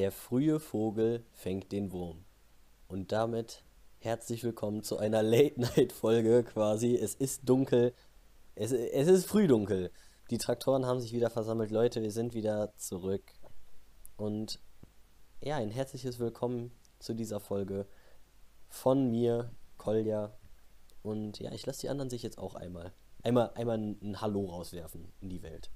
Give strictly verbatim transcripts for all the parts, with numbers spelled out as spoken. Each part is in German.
Der frühe Vogel fängt den Wurm. Und damit herzlich willkommen zu einer Late-Night-Folge quasi. Es ist dunkel, es, es ist frühdunkel. Die Traktoren haben sich wieder versammelt. Leute, wir sind wieder zurück. Und ja, ein herzliches Willkommen zu dieser Folge von mir, Kolja. Und ja, ich lasse die anderen sich jetzt auch einmal, einmal, einmal ein, ein Hallo rauswerfen in die Welt.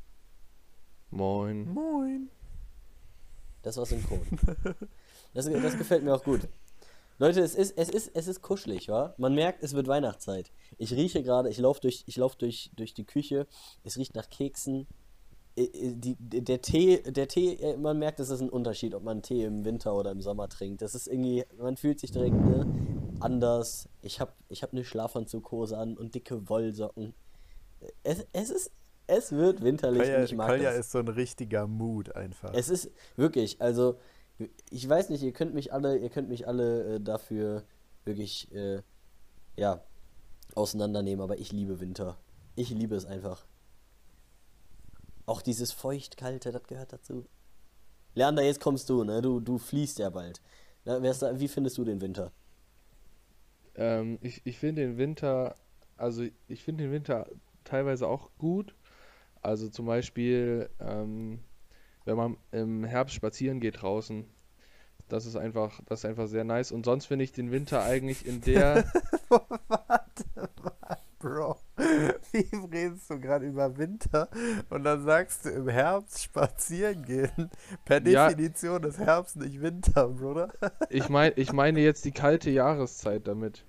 Moin. Moin. Das war synchron. Das, das gefällt mir auch gut. Leute, es ist, es ist, es ist kuschelig, wa? Man merkt, es wird Weihnachtszeit. Ich rieche gerade, ich laufe durch, ich lauf durch, durch die Küche, es riecht nach Keksen. Äh, äh, Die, der Tee, der Tee, äh, man merkt, es ist ein Unterschied, ob man Tee im Winter oder im Sommer trinkt. Das ist irgendwie, man fühlt sich direkt ne, anders. Ich habe ich hab eine Schlafanzughose an und dicke Wollsocken. Es, es ist, es wird winterlich Kolja, und ich mag Kolja das. ist so ein richtiger Mood einfach. Es ist wirklich, also ich weiß nicht, ihr könnt mich alle, ihr könnt mich alle äh, dafür wirklich, äh, ja, auseinandernehmen, aber ich liebe Winter. Ich liebe es einfach. Auch dieses feucht-kalte, das gehört dazu. Leander, jetzt kommst du, ne? Du, du fließt ja bald. Na, wer ist da, wie findest du den Winter? Ähm, ich ich finde den Winter, also ich finde den Winter teilweise auch gut. Also zum Beispiel, ähm, wenn man im Herbst spazieren geht draußen, das ist einfach, das ist einfach sehr nice. Und sonst finde ich den Winter eigentlich in der, Warte mal, Bro. Wie redest du gerade über Winter und dann sagst du im Herbst spazieren gehen? Per Ja. Definition ist Herbst nicht Winter, Bruder. ich meine, ich meine jetzt die kalte Jahreszeit damit.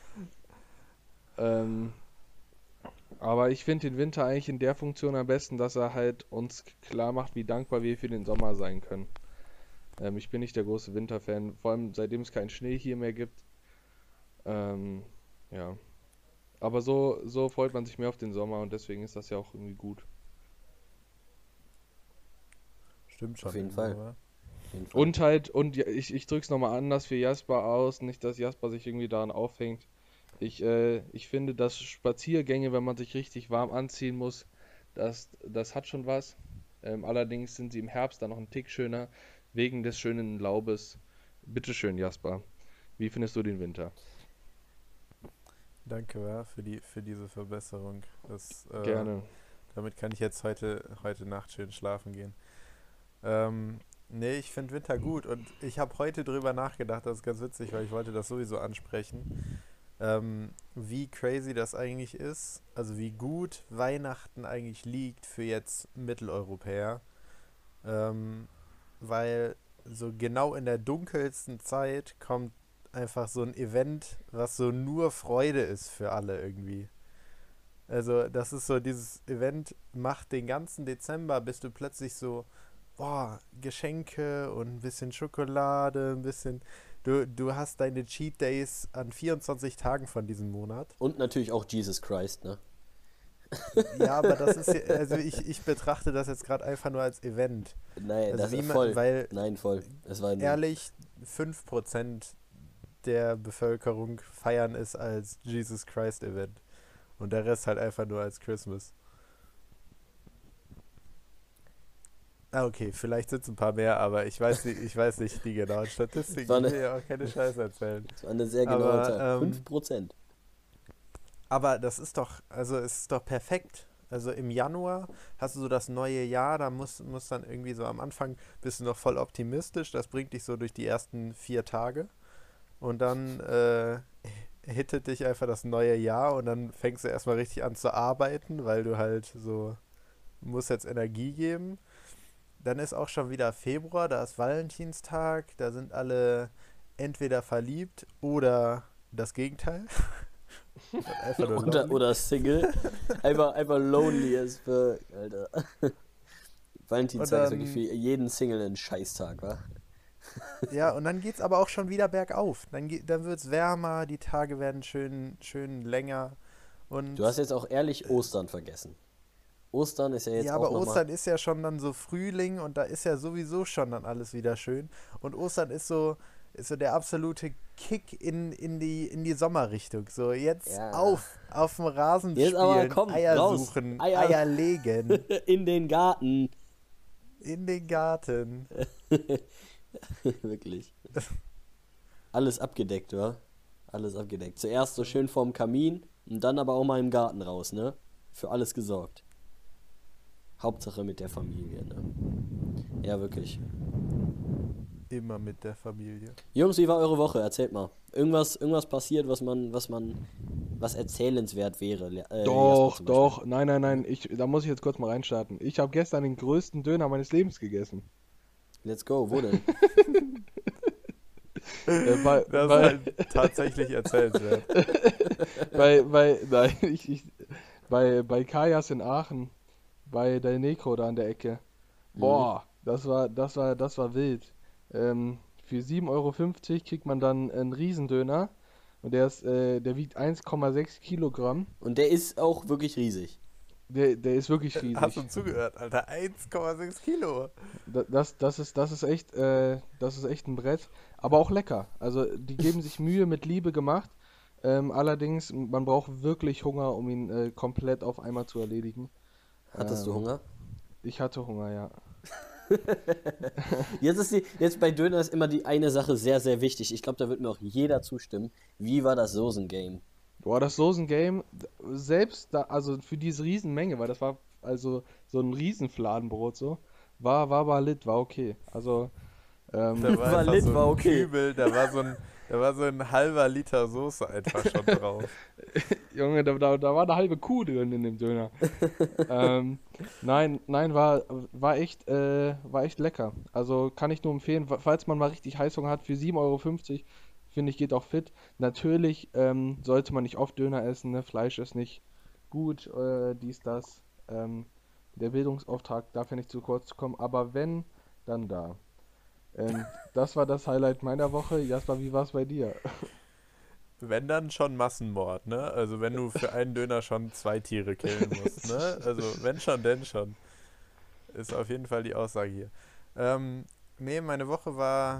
Ähm, aber ich finde den Winter eigentlich in der Funktion am besten, dass er halt uns klar macht, wie dankbar wir für den Sommer sein können. Ähm, ich bin nicht der große Winterfan, vor allem seitdem es keinen Schnee hier mehr gibt. Ähm, ja. Aber so, so freut man sich mehr auf den Sommer und deswegen ist das ja auch irgendwie gut. Stimmt schon. Auf jeden irgendwo, Fall. wa? Auf jeden Fall. Und halt, und ja, ich, ich drück's nochmal anders für Jasper aus, nicht, dass Jasper sich irgendwie daran aufhängt. Ich, äh, ich finde, dass Spaziergänge, wenn man sich richtig warm anziehen muss, das, das hat schon was. Ähm, allerdings sind sie im Herbst dann noch ein Tick schöner, wegen des schönen Laubes. Bitteschön, Jasper. Wie findest du den Winter? Danke wa, für, die, für diese Verbesserung. Das, äh, Gerne. Damit kann ich jetzt heute, heute Nacht schön schlafen gehen. Ähm, nee, ich finde Winter gut und ich habe heute drüber nachgedacht, das ist ganz witzig, weil ich wollte das sowieso ansprechen, ähm, wie crazy das eigentlich ist, also wie gut Weihnachten eigentlich liegt für jetzt Mitteleuropäer, ähm, weil so genau in der dunkelsten Zeit kommt einfach so ein Event, was so nur Freude ist für alle irgendwie. Also das ist so, dieses Event macht den ganzen Dezember, bist du plötzlich so, boah, Geschenke und ein bisschen Schokolade, ein bisschen, du, du hast deine Cheat Days an vierundzwanzig Tagen von diesem Monat. Und natürlich auch Jesus Christ, ne? Ja, aber das ist, ja- also ich, ich betrachte das jetzt gerade einfach nur als Event. Nein, Also das wie ist man, voll. weil Nein, voll. Es war ein, ehrlich, fünf Prozent der Bevölkerung feiern es als Jesus Christ Event. Und der Rest halt einfach nur als Christmas. Ah, okay, vielleicht sind es ein paar mehr, aber ich weiß nicht, ich weiß nicht die genauen Statistiken. War Ich eine- will ja auch keine Scheiße erzählen. das war eine sehr genaue Aber, Zahl. ähm, fünf Prozent. Aber das ist doch, also es ist doch perfekt. Also im Januar hast du so das neue Jahr, da muss, muss dann irgendwie so am Anfang bist du noch voll optimistisch, das bringt dich so durch die ersten vier Tage und dann äh, hittet dich einfach das neue Jahr und dann fängst du erstmal richtig an zu arbeiten, weil du halt so, musst jetzt Energie geben. Dann ist auch schon wieder Februar, da ist Valentinstag, da sind alle entweder verliebt oder das Gegenteil. Einfach nur Oder, lonely. oder Single. Einfach, einfach lonely as fuck, Alter. Valentinstag Und ist wirklich dann- für jeden Single ein Scheißtag, wa? Ja, und dann geht's aber auch schon wieder bergauf. Dann, geht, dann wird's wärmer, die Tage werden schön, schön länger. Und Du hast jetzt auch ehrlich Ostern vergessen. Ostern ist ja jetzt ja, auch aber noch Ostern ist ja schon dann so Frühling und da ist ja sowieso schon dann alles wieder schön. Und Ostern ist so, ist so der absolute Kick in, in die, in die Sommerrichtung. So, jetzt Ja. auf, auf dem Rasen Jetzt aber spielen, komm, Eier raus. suchen, Eier- Eier legen, mal in den Garten. in den Garten. Wirklich. Alles abgedeckt, wa? Alles abgedeckt. Zuerst so schön vorm Kamin und dann aber auch mal im Garten raus, ne? Für alles gesorgt. Hauptsache mit der Familie, ne? Ja, wirklich. Immer mit der Familie. Jungs, wie war eure Woche? Erzählt mal. Irgendwas, irgendwas passiert, was man, was man, was erzählenswert wäre. Le- Äh, Jasper Doch, zum Beispiel. doch, nein, nein, nein, ich, da muss ich jetzt kurz mal reinstarten. Ich habe gestern den größten Döner meines Lebens gegessen. Let's go, wo denn? Äh, bei, Das ist bei, halt tatsächlich erzählenswert. bei, bei, nein, ich, ich, bei, bei Kajas in Aachen, bei der Necro da an der Ecke. Mhm. Boah, das war, das war, das war wild. Ähm, für sieben Euro fünfzig kriegt man dann einen Riesendöner und der ist, äh, der wiegt eins Komma sechs Kilogramm. Und der ist auch wirklich riesig. Der, der ist wirklich Hast riesig. du zugehört, Alter? eins Komma sechs Kilo. Da- Das, das ist, das ist echt, äh, das ist echt ein Brett, aber auch lecker. Also die geben sich Mühe, mit Liebe gemacht. Ähm, allerdings, man braucht wirklich Hunger, um ihn äh, komplett auf einmal zu erledigen. Hattest du Ähm, Hunger? Ich hatte Hunger, ja. Jetzt ist die, jetzt bei Döner ist immer die eine Sache sehr, sehr wichtig. Ich glaube, da wird mir auch jeder zustimmen. Wie war das Soßen-Game? Boah, das Soßen-Game, selbst da, also für diese Riesenmenge, weil das war also so ein Riesenfladenbrot so, war, war, war lit, war okay. Also, ähm, Da war War einfach lit, so ein war okay. Kübel, da war so ein, da war so ein halber Liter Soße einfach schon drauf. Junge, da, da, da war eine halbe Kuh drin in dem Döner. ähm, nein, nein, war, war echt, äh, war echt lecker. Also kann ich nur empfehlen, fa- falls man mal richtig Heißhunger hat, für sieben Euro fünfzig, finde ich, geht auch fit. Natürlich ähm, sollte man nicht oft Döner essen, ne? Fleisch ist nicht gut, äh, dies, das. Ähm, der Bildungsauftrag darf ja nicht zu kurz kommen, aber wenn, dann da. Ähm, das war das Highlight meiner Woche. Jasper, wie war es bei dir? Wenn dann schon Massenmord, ne? Also wenn du für einen Döner schon zwei Tiere killen musst, ne? Also wenn schon, denn schon. Ist auf jeden Fall die Aussage hier. Ähm, nee, meine Woche war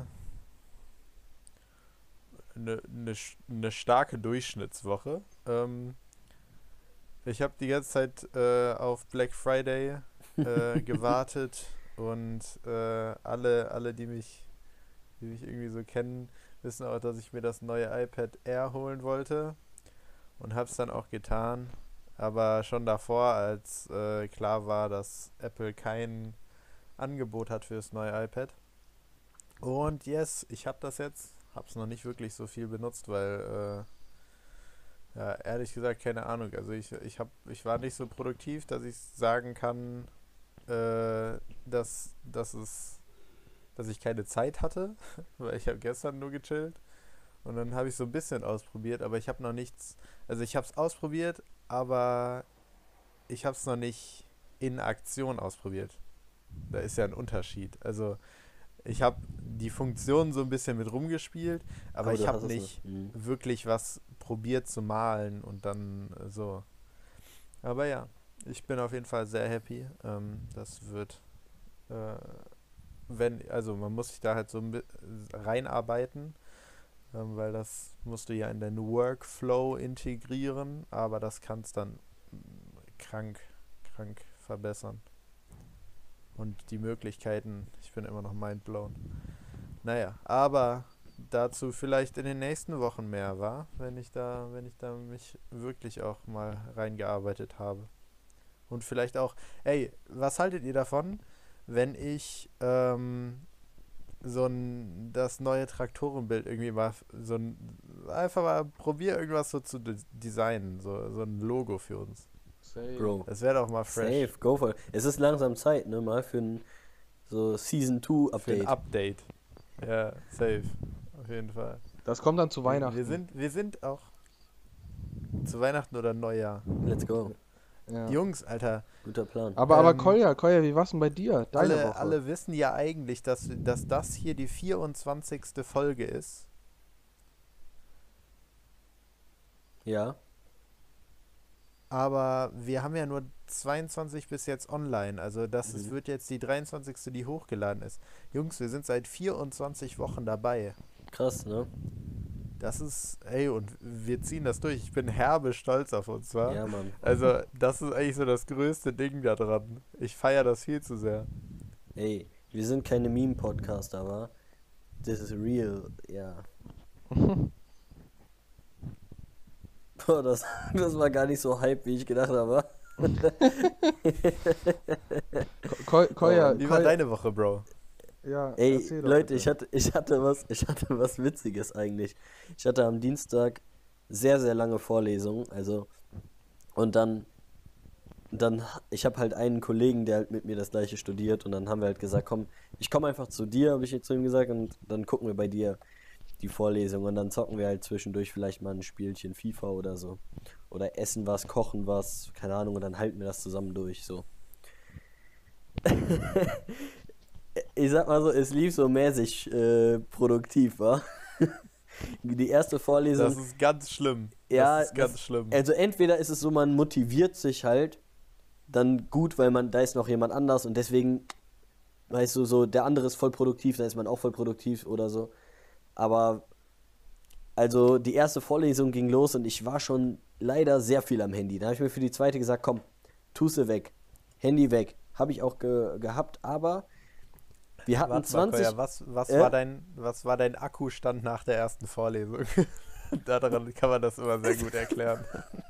eine, eine, eine starke Durchschnittswoche. Ähm, ich habe die ganze Zeit äh, auf Black Friday äh, gewartet und äh, alle, alle, die mich, die mich irgendwie so kennen, wissen auch, dass ich mir das neue iPad Air holen wollte und habe es dann auch getan. Aber schon davor, als äh, klar war, dass Apple kein Angebot hat für das neue iPad. Und yes, ich habe das jetzt, habe es noch nicht wirklich so viel benutzt, weil äh, ja, ehrlich gesagt, keine Ahnung. Also ich, ich, hab, ich war nicht so produktiv, dass ich sagen kann, äh, dass, dass, es, dass ich keine Zeit hatte, weil ich habe gestern nur gechillt. Und dann habe ich so ein bisschen ausprobiert, aber ich habe noch nichts, also ich habe es ausprobiert, aber ich habe es noch nicht in Aktion ausprobiert. Da ist ja ein Unterschied. Also ich habe die Funktion so ein bisschen mit rumgespielt, aber, Aber ich du habe hast es nicht nicht. Mhm. wirklich was probiert zu malen und dann äh, so. Aber ja, ich bin auf jeden Fall sehr happy. Ähm, das wird, äh, wenn, also man muss sich da halt so ein bi- reinarbeiten, ähm, weil das musst du ja in den Workflow integrieren, aber das kannst dann mm, krank, krank verbessern. Und die Möglichkeiten, ich bin immer noch mindblown. Naja, aber dazu vielleicht in den nächsten Wochen mehr, war, wenn ich da, wenn ich da mich wirklich auch mal reingearbeitet habe. Und vielleicht auch, ey, was haltet ihr davon, wenn ich ähm, so ein das neue Traktorenbild irgendwie mal f- so ein einfach mal probier irgendwas so zu de- designen, so, so ein Logo für uns. Safe. Bro, Das wäre doch mal fresh. safe, go for it. Es ist langsam Zeit, ne, mal für ein so Season zwei Für ein Update. Update. Ja, safe. Auf jeden Fall. Das kommt dann zu Wir, Weihnachten. wir sind, wir sind auch zu Weihnachten oder Neujahr. Let's go. Ja. Jungs, Alter, Guter Plan. Aber, aber Ähm, Kolja, Kolja, wie war's denn bei dir? Deine alle, Woche? alle wissen ja eigentlich, dass, dass das hier die vierundzwanzigste Folge ist. Ja. Aber wir haben ja nur zweiundzwanzig bis jetzt online. Also das ist, Mhm. wird jetzt die dreiundzwanzigste, die hochgeladen ist. Jungs, wir sind seit vierundzwanzig Wochen dabei. Krass, ne? Das ist, ey, und wir ziehen das durch. Ich bin herbe stolz auf uns, wa? Ja, Mann. Also das ist eigentlich so das größte Ding da dran. Ich feiere das viel zu sehr. Ey, Wir sind keine Meme-Podcast, aber this is real, ja. Boah, das, das war gar nicht so hype, wie ich gedacht habe. Ko- Koya, Wie war Koya- deine Woche, Bro? ja, Ey, erzähl doch Leute, bitte. ich hatte, ich hatte was, ich hatte was Witziges eigentlich. Ich hatte am Dienstag sehr, sehr lange Vorlesungen, also und dann, dann, ich habe halt einen Kollegen, der halt mit mir das gleiche studiert und dann haben wir halt gesagt, komm, ich komme einfach zu dir, habe ich jetzt zu ihm gesagt und dann gucken wir bei dir die Vorlesung und dann zocken wir halt zwischendurch vielleicht mal ein Spielchen FIFA oder so. Oder essen was, kochen was, keine Ahnung, und dann halten wir das zusammen durch, so. Ich sag mal so, es lief so mäßig äh, produktiv, wa? Die erste Vorlesung, Das ist ganz schlimm. ja, das ist ganz das- schlimm. also entweder ist es so, man motiviert sich halt dann gut, weil man, da ist noch jemand anders und deswegen, weißt du, so, der andere ist voll produktiv, da ist man auch voll produktiv oder so. Aber, also die erste Vorlesung ging los und ich war schon leider sehr viel am Handy. Da habe ich mir für die zweite gesagt, komm, tu sie weg, Handy weg. Habe ich auch ge gehabt, aber wir hatten Warte mal, zwanzig... Koya, was, was, Äh? war dein, was war dein Akkustand nach der ersten Vorlesung? Daran kann man das immer sehr gut erklären.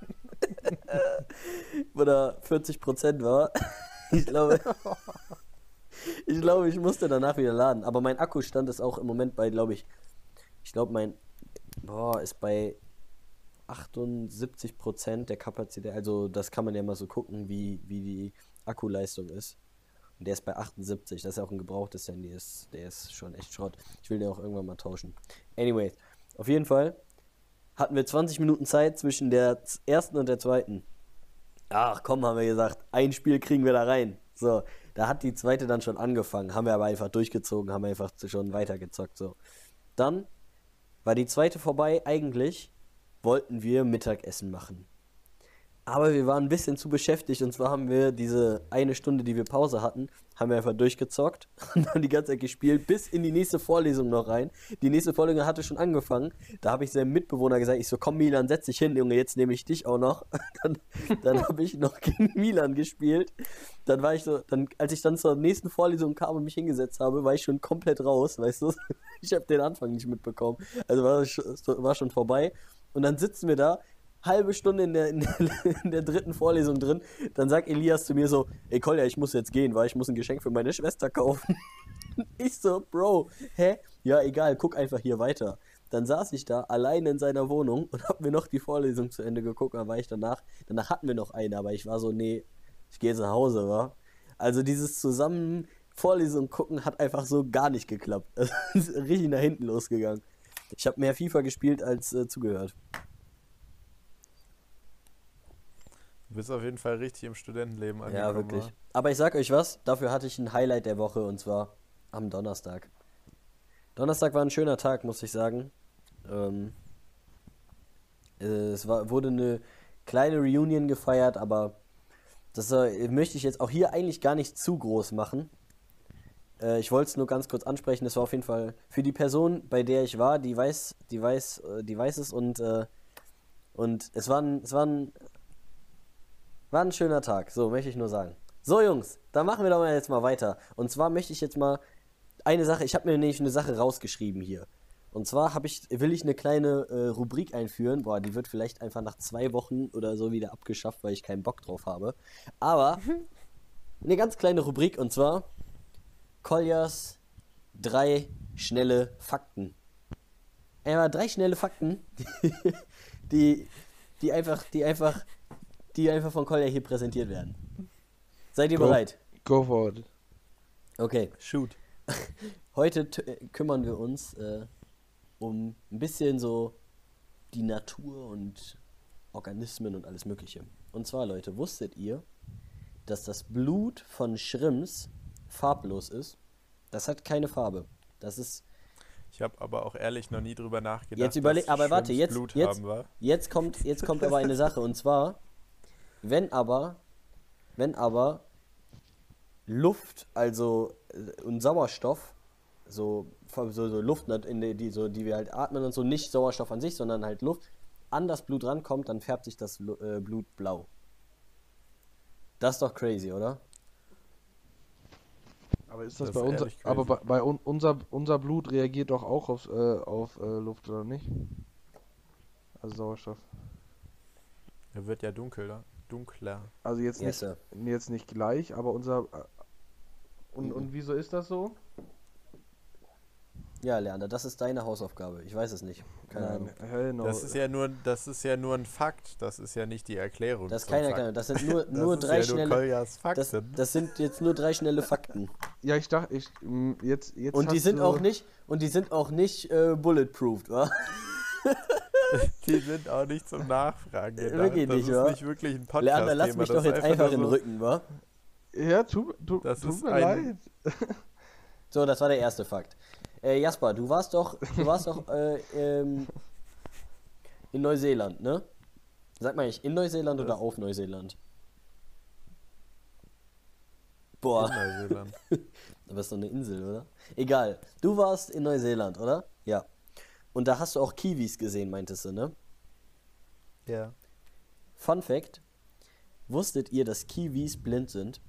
oder vierzig Prozent war. Ich glaube, ich glaube, ich musste danach wieder laden. Aber mein Akkustand ist auch im Moment bei, glaube ich, ich glaube, mein, boah, ist bei achtundsiebzig Prozent der Kapazität. Also das kann man ja mal so gucken, wie, wie die Akkuleistung ist. Und der ist bei achtundsiebzig. Das ist ja auch ein gebrauchtes Handy. Ist, der ist schon echt Schrott. Ich will den auch irgendwann mal tauschen. Anyways, auf jeden Fall hatten wir zwanzig Minuten Zeit zwischen der z- ersten und der zweiten. Ach komm, haben wir gesagt, ein Spiel kriegen wir da rein. So, da hat die zweite dann schon angefangen, haben wir aber einfach durchgezogen, haben einfach schon weitergezockt. So. Dann war die zweite vorbei, eigentlich wollten wir Mittagessen machen. Aber wir waren ein bisschen zu beschäftigt und zwar haben wir diese eine Stunde, die wir Pause hatten, haben wir einfach durchgezockt und dann die ganze Zeit gespielt, bis in die nächste Vorlesung noch rein. Die nächste Vorlesung hatte schon angefangen. Da habe ich seinem Mitbewohner gesagt, ich so, komm Milan, setz dich hin, Junge, jetzt nehme ich dich auch noch. Dann, dann habe ich noch gegen Milan gespielt. Dann war ich so, dann, als ich dann zur nächsten Vorlesung kam und mich hingesetzt habe, war ich schon komplett raus, weißt du? Ich habe den Anfang nicht mitbekommen. Also war, das schon- war schon vorbei. Und dann sitzen wir da, halbe Stunde in der, in der, in der dritten Vorlesung drin, dann sagt Elias zu mir so, ey Kolja, ich muss jetzt gehen, weil ich muss ein Geschenk für meine Schwester kaufen. Ich so, Bro, hä? Ja, egal, guck einfach hier weiter. Dann saß ich da alleine in seiner Wohnung und hab mir noch die Vorlesung zu Ende geguckt, dann war ich danach, danach hatten wir noch eine, aber ich war so, nee, ich gehe jetzt nach Hause, wa? Also dieses zusammen Vorlesung gucken hat einfach so gar nicht geklappt. Es ist richtig nach hinten losgegangen. Ich habe mehr FIFA gespielt als äh, zugehört. Du bist auf jeden Fall richtig im Studentenleben angekommen. Ja, wirklich. wa? Aber ich sag euch was, dafür hatte ich ein Highlight der Woche und zwar am Donnerstag. Donnerstag war ein schöner Tag, muss ich sagen. Ähm, äh, es war, wurde eine kleine Reunion gefeiert, aber das äh, möchte ich jetzt auch hier eigentlich gar nicht zu groß machen. Äh, ich wollte es nur ganz kurz ansprechen. Es war auf jeden Fall für die Person, bei der ich war, die weiß, die weiß, äh, die weiß es und äh, und es war ein, es war ein, war ein schöner Tag. So möchte ich nur sagen. So Jungs, dann machen wir doch mal jetzt mal weiter. Und zwar möchte ich jetzt mal eine Sache. Ich habe mir nämlich eine Sache rausgeschrieben hier. Und zwar habe ich, will ich eine kleine äh, Rubrik einführen. Boah, die wird vielleicht einfach nach zwei Wochen oder so wieder abgeschafft, weil ich keinen Bock drauf habe. Aber eine ganz kleine Rubrik und zwar Koljas drei schnelle Fakten. Einmal drei schnelle Fakten, die, die einfach, die einfach, die einfach von Kolja hier präsentiert werden. Seid ihr Go. bereit? Go for it. Okay. Shoot. Heute t- äh, kümmern wir uns äh, um ein bisschen so die Natur und Organismen und alles Mögliche. Und zwar, Leute, wusstet ihr, dass das Blut von Shrimps farblos ist? Das hat keine Farbe. Das ist. Ich habe aber auch ehrlich noch nie drüber nachgedacht, Jetzt überleg, dass aber warte, Shrimps jetzt, Blut jetzt, haben, wa? jetzt kommt, jetzt kommt aber eine Sache und zwar, wenn aber, wenn aber Luft, also äh, und Sauerstoff, so, so, so Luft, in die, die, so, die wir halt atmen und so, nicht Sauerstoff an sich, sondern halt Luft, an das Blut rankommt, dann färbt sich das Lu- äh, Blut blau. Das ist doch crazy, oder? Aber ist das, Das bei ist uns, ehrlich aber bei, crazy. bei un, unser, unser Blut reagiert doch auch auf, äh, auf äh, Luft, oder nicht? Also Sauerstoff. Er wird ja dunkler. Dunkler. Also jetzt Yes, nicht, sir. jetzt nicht gleich, aber unser. Äh, und, Mhm. und wieso ist das so? Ja, Leander, das ist deine Hausaufgabe. Ich weiß es nicht. Keine Ahnung. Nein, hell no. Das ist ja nur, das ist ja nur ein Fakt. Das ist ja nicht die Erklärung Das ist zum keine Fakt. Erklärung. Das sind nur, Das nur ist drei ja nur schnelle. Koljas Das, Fakten. das sind jetzt nur drei schnelle Fakten. Ja, ich dachte, ich m, jetzt jetzt Und die hast sind du, auch nicht, und die sind auch nicht äh, bulletproofed, wa? Die sind auch nicht zum Nachfragen gedacht. Wirklich Das nicht, ist wa? nicht wirklich ein Leander, lass Podcast-Thema. mich Das doch ist jetzt einfach nur in den so, Rücken, wa? Ja, tu, tu, Das tut ist mir ein- leid. So, das war der erste Fakt. Äh, Jasper, du warst doch, du warst doch äh, ähm, in Neuseeland, ne? Sag mal ich, in Neuseeland oder Das- auf Neuseeland? in Boah, Neuseeland. aber ist doch eine Insel, oder? Egal. Du warst in Neuseeland, oder? Ja. Und da hast du auch Kiwis gesehen, meintest du, ne? Ja. Fun Fact: Wusstet ihr, dass Kiwis blind sind?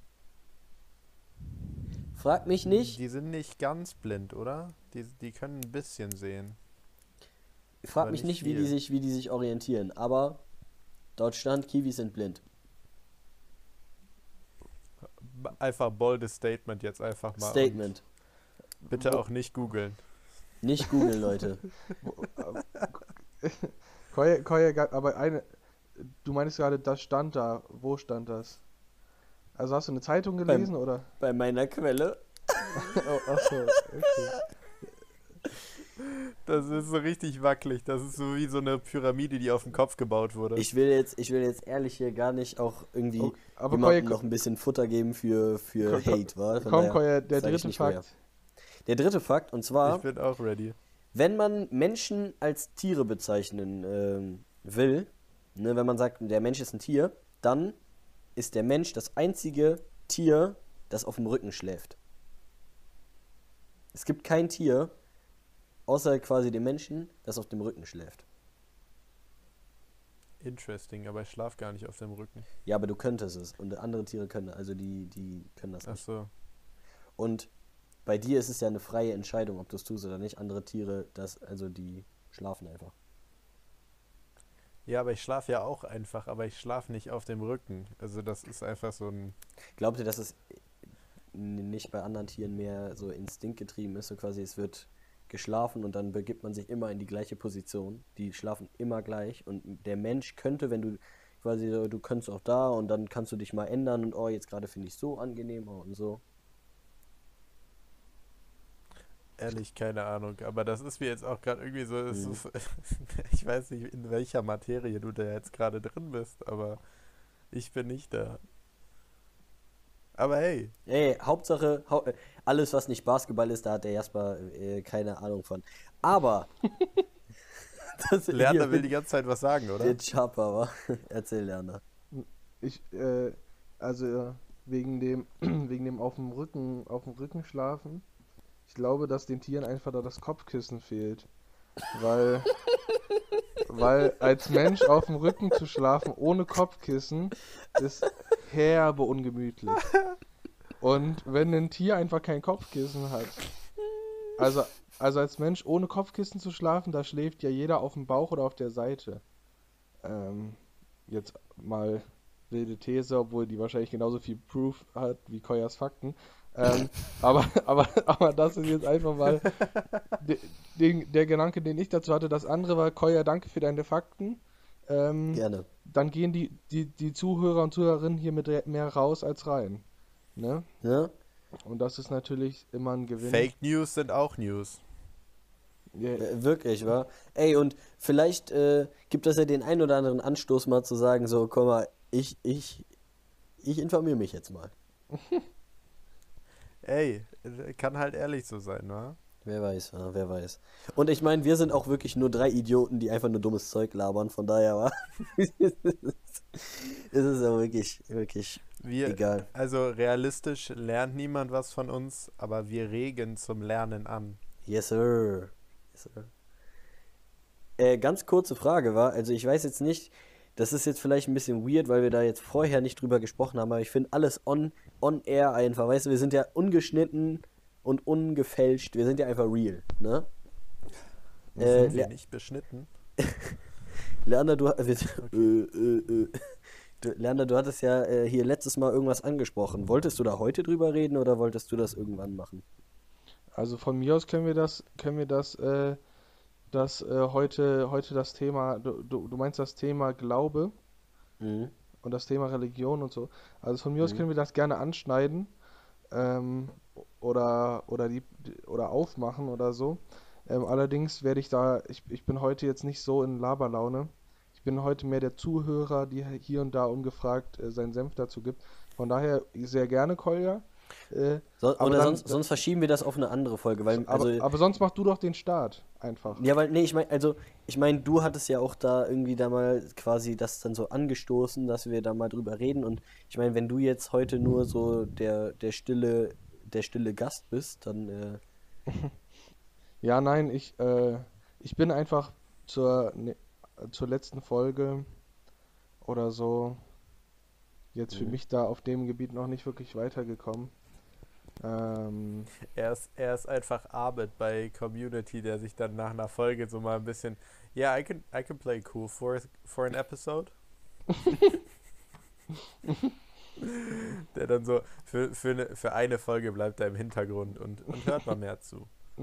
Frag mich nicht. Die sind nicht ganz blind, oder? Die, die können ein bisschen sehen. Frag aber mich nicht nicht, wie die viel. sich, wie die sich orientieren. Aber dort stand, Kiwis sind blind. Einfach boldes Statement jetzt einfach mal. Statement. Und bitte auch nicht googeln. Nicht googeln, Leute. Koya, Koya, ga- aber eine, du meinst gerade, das stand da. Wo stand das? Also hast du eine Zeitung gelesen oder? Bei meiner Quelle. Oh, ach so, okay. Das ist so richtig wackelig. Das ist so wie so eine Pyramide, die auf dem Kopf gebaut wurde. Ich will jetzt, ich will jetzt ehrlich hier gar nicht auch irgendwie Oh, aber jemandem Koya, noch ein bisschen Futter geben für, für Komm, Hate, wa? Von komm, daher Koya, der sag ich dritte nicht woher. Fakt. Der dritte Fakt, und Ich zwar, bin auch ready. wenn man Menschen als Tiere bezeichnen ähm, will, ne, wenn man sagt, der Mensch ist ein Tier, dann ist der Mensch das einzige Tier, das auf dem Rücken schläft. Es gibt kein Tier, außer quasi dem Menschen, das auf dem Rücken schläft. Interesting, aber ich schlaf gar nicht auf dem Rücken. Ja, aber du könntest es. Und andere Tiere können, also die, die können das Ach nicht. so. Und bei dir ist es ja eine freie Entscheidung, ob du es tust oder nicht. Andere Tiere, das, also die schlafen einfach. Ja, aber ich schlafe ja auch einfach, aber ich schlafe nicht auf dem Rücken. Also das ist einfach so ein... Glaubt ihr, dass es nicht bei anderen Tieren mehr so instinktgetrieben ist? So quasi, es wird geschlafen und dann begibt man sich immer in die gleiche Position. Die schlafen immer gleich und der Mensch könnte, wenn du quasi, so, du könntest auch da und dann kannst du dich mal ändern und oh, jetzt gerade finde ich so angenehmer und so. Ehrlich, keine Ahnung. Aber das ist mir jetzt auch gerade irgendwie so... Es Mhm. ist, ich weiß nicht, in welcher Materie du da jetzt gerade drin bist, aber ich bin nicht da. Aber hey, Ey, Hauptsache, hau äh, alles was nicht Basketball ist, da hat der Jasper äh, keine Ahnung von. Aber das Lerner hier will mit die ganze Zeit was sagen, oder? der Chopper war. Erzähl, Lerner. Ich, äh, also äh, wegen dem, wegen dem auf dem Rücken, auf dem Rücken schlafen. Ich glaube, dass den Tieren einfach da das Kopfkissen fehlt. Weil, weil als Mensch auf dem Rücken zu schlafen ohne Kopfkissen ist herbe ungemütlich. Und wenn ein Tier einfach kein Kopfkissen hat, also, also als Mensch ohne Kopfkissen zu schlafen, da schläft ja jeder auf dem Bauch oder auf der Seite. Ähm, jetzt mal wilde These, obwohl die wahrscheinlich genauso viel Proof hat wie Koyas Fakten. Ähm, aber, aber, aber das ist jetzt einfach mal de, den, der Gedanke, den ich dazu hatte. Das andere war, Koya, danke für deine Fakten. Ähm, Gerne. dann gehen die, die, die Zuhörer und Zuhörerinnen hier mit re- mehr raus als rein. Ne? Ja? Und das ist natürlich immer ein Gewinn. Fake News sind auch News. Ja, Äh, wirklich, wa? Ey, und vielleicht äh, gibt das ja den ein oder anderen Anstoß mal zu sagen, so, komm mal, ich, ich, ich informiere mich jetzt mal. Ey, kann halt ehrlich so sein, wa? Wer weiß, wa? Wer weiß. Und ich meine, wir sind auch wirklich nur drei Idioten, die einfach nur dummes Zeug labern, von daher, wa? Es ist ja wirklich, wirklich Wir, egal. also realistisch lernt niemand was von uns, aber wir regen zum Lernen an. Yes, sir. Yes, sir. Äh, ganz kurze Frage war, also ich weiß jetzt nicht, das ist jetzt vielleicht ein bisschen weird, weil wir da jetzt vorher nicht drüber gesprochen haben, aber ich finde alles on, on air einfach, weißt du, wir sind ja ungeschnitten und ungefälscht, wir sind ja einfach real, ne? Wir Äh, sind wir Le- nicht beschnitten. Leander, du, äh, äh, äh, äh. Du, Leander, du hattest ja äh, hier letztes Mal irgendwas angesprochen. Wolltest du da heute drüber reden oder wolltest du das irgendwann machen? Also von mir aus können wir das, können wir das, äh, das äh, heute, heute das Thema, du, du, du meinst das Thema Glaube Mhm. und das Thema Religion und so. Also von mir aus Mhm. können wir das gerne anschneiden, ähm, oder, oder die, oder aufmachen oder so. Ähm, allerdings werde ich da, ich, ich bin heute jetzt nicht so in Laberlaune. Ich bin heute mehr der Zuhörer, die hier und da ungefragt äh, seinen Senf dazu gibt. Von daher sehr gerne, Kolja. Äh, So, aber oder dann, sonst, sonst verschieben wir das auf eine andere Folge, weil, aber, also, aber sonst mach du doch den Start einfach. ja, weil, nee, ich meine, also, ich meine, du hattest ja auch da irgendwie da mal quasi das dann so angestoßen, dass wir da mal drüber reden und ich meine, wenn du jetzt heute nur so der, der stille, der stille Gast bist, dann, äh, Ja, nein, ich, äh, ich bin einfach zur, ne, zur letzten Folge oder so jetzt für mhm. mich da auf dem Gebiet noch nicht wirklich weitergekommen. Ähm, Er ist, er ist einfach Arbeit bei Community, der sich dann nach einer Folge so mal ein bisschen, yeah, I can, I can play cool for, for an episode. Der dann so für, für, eine, für eine Folge bleibt er im Hintergrund und, und hört mal mehr zu.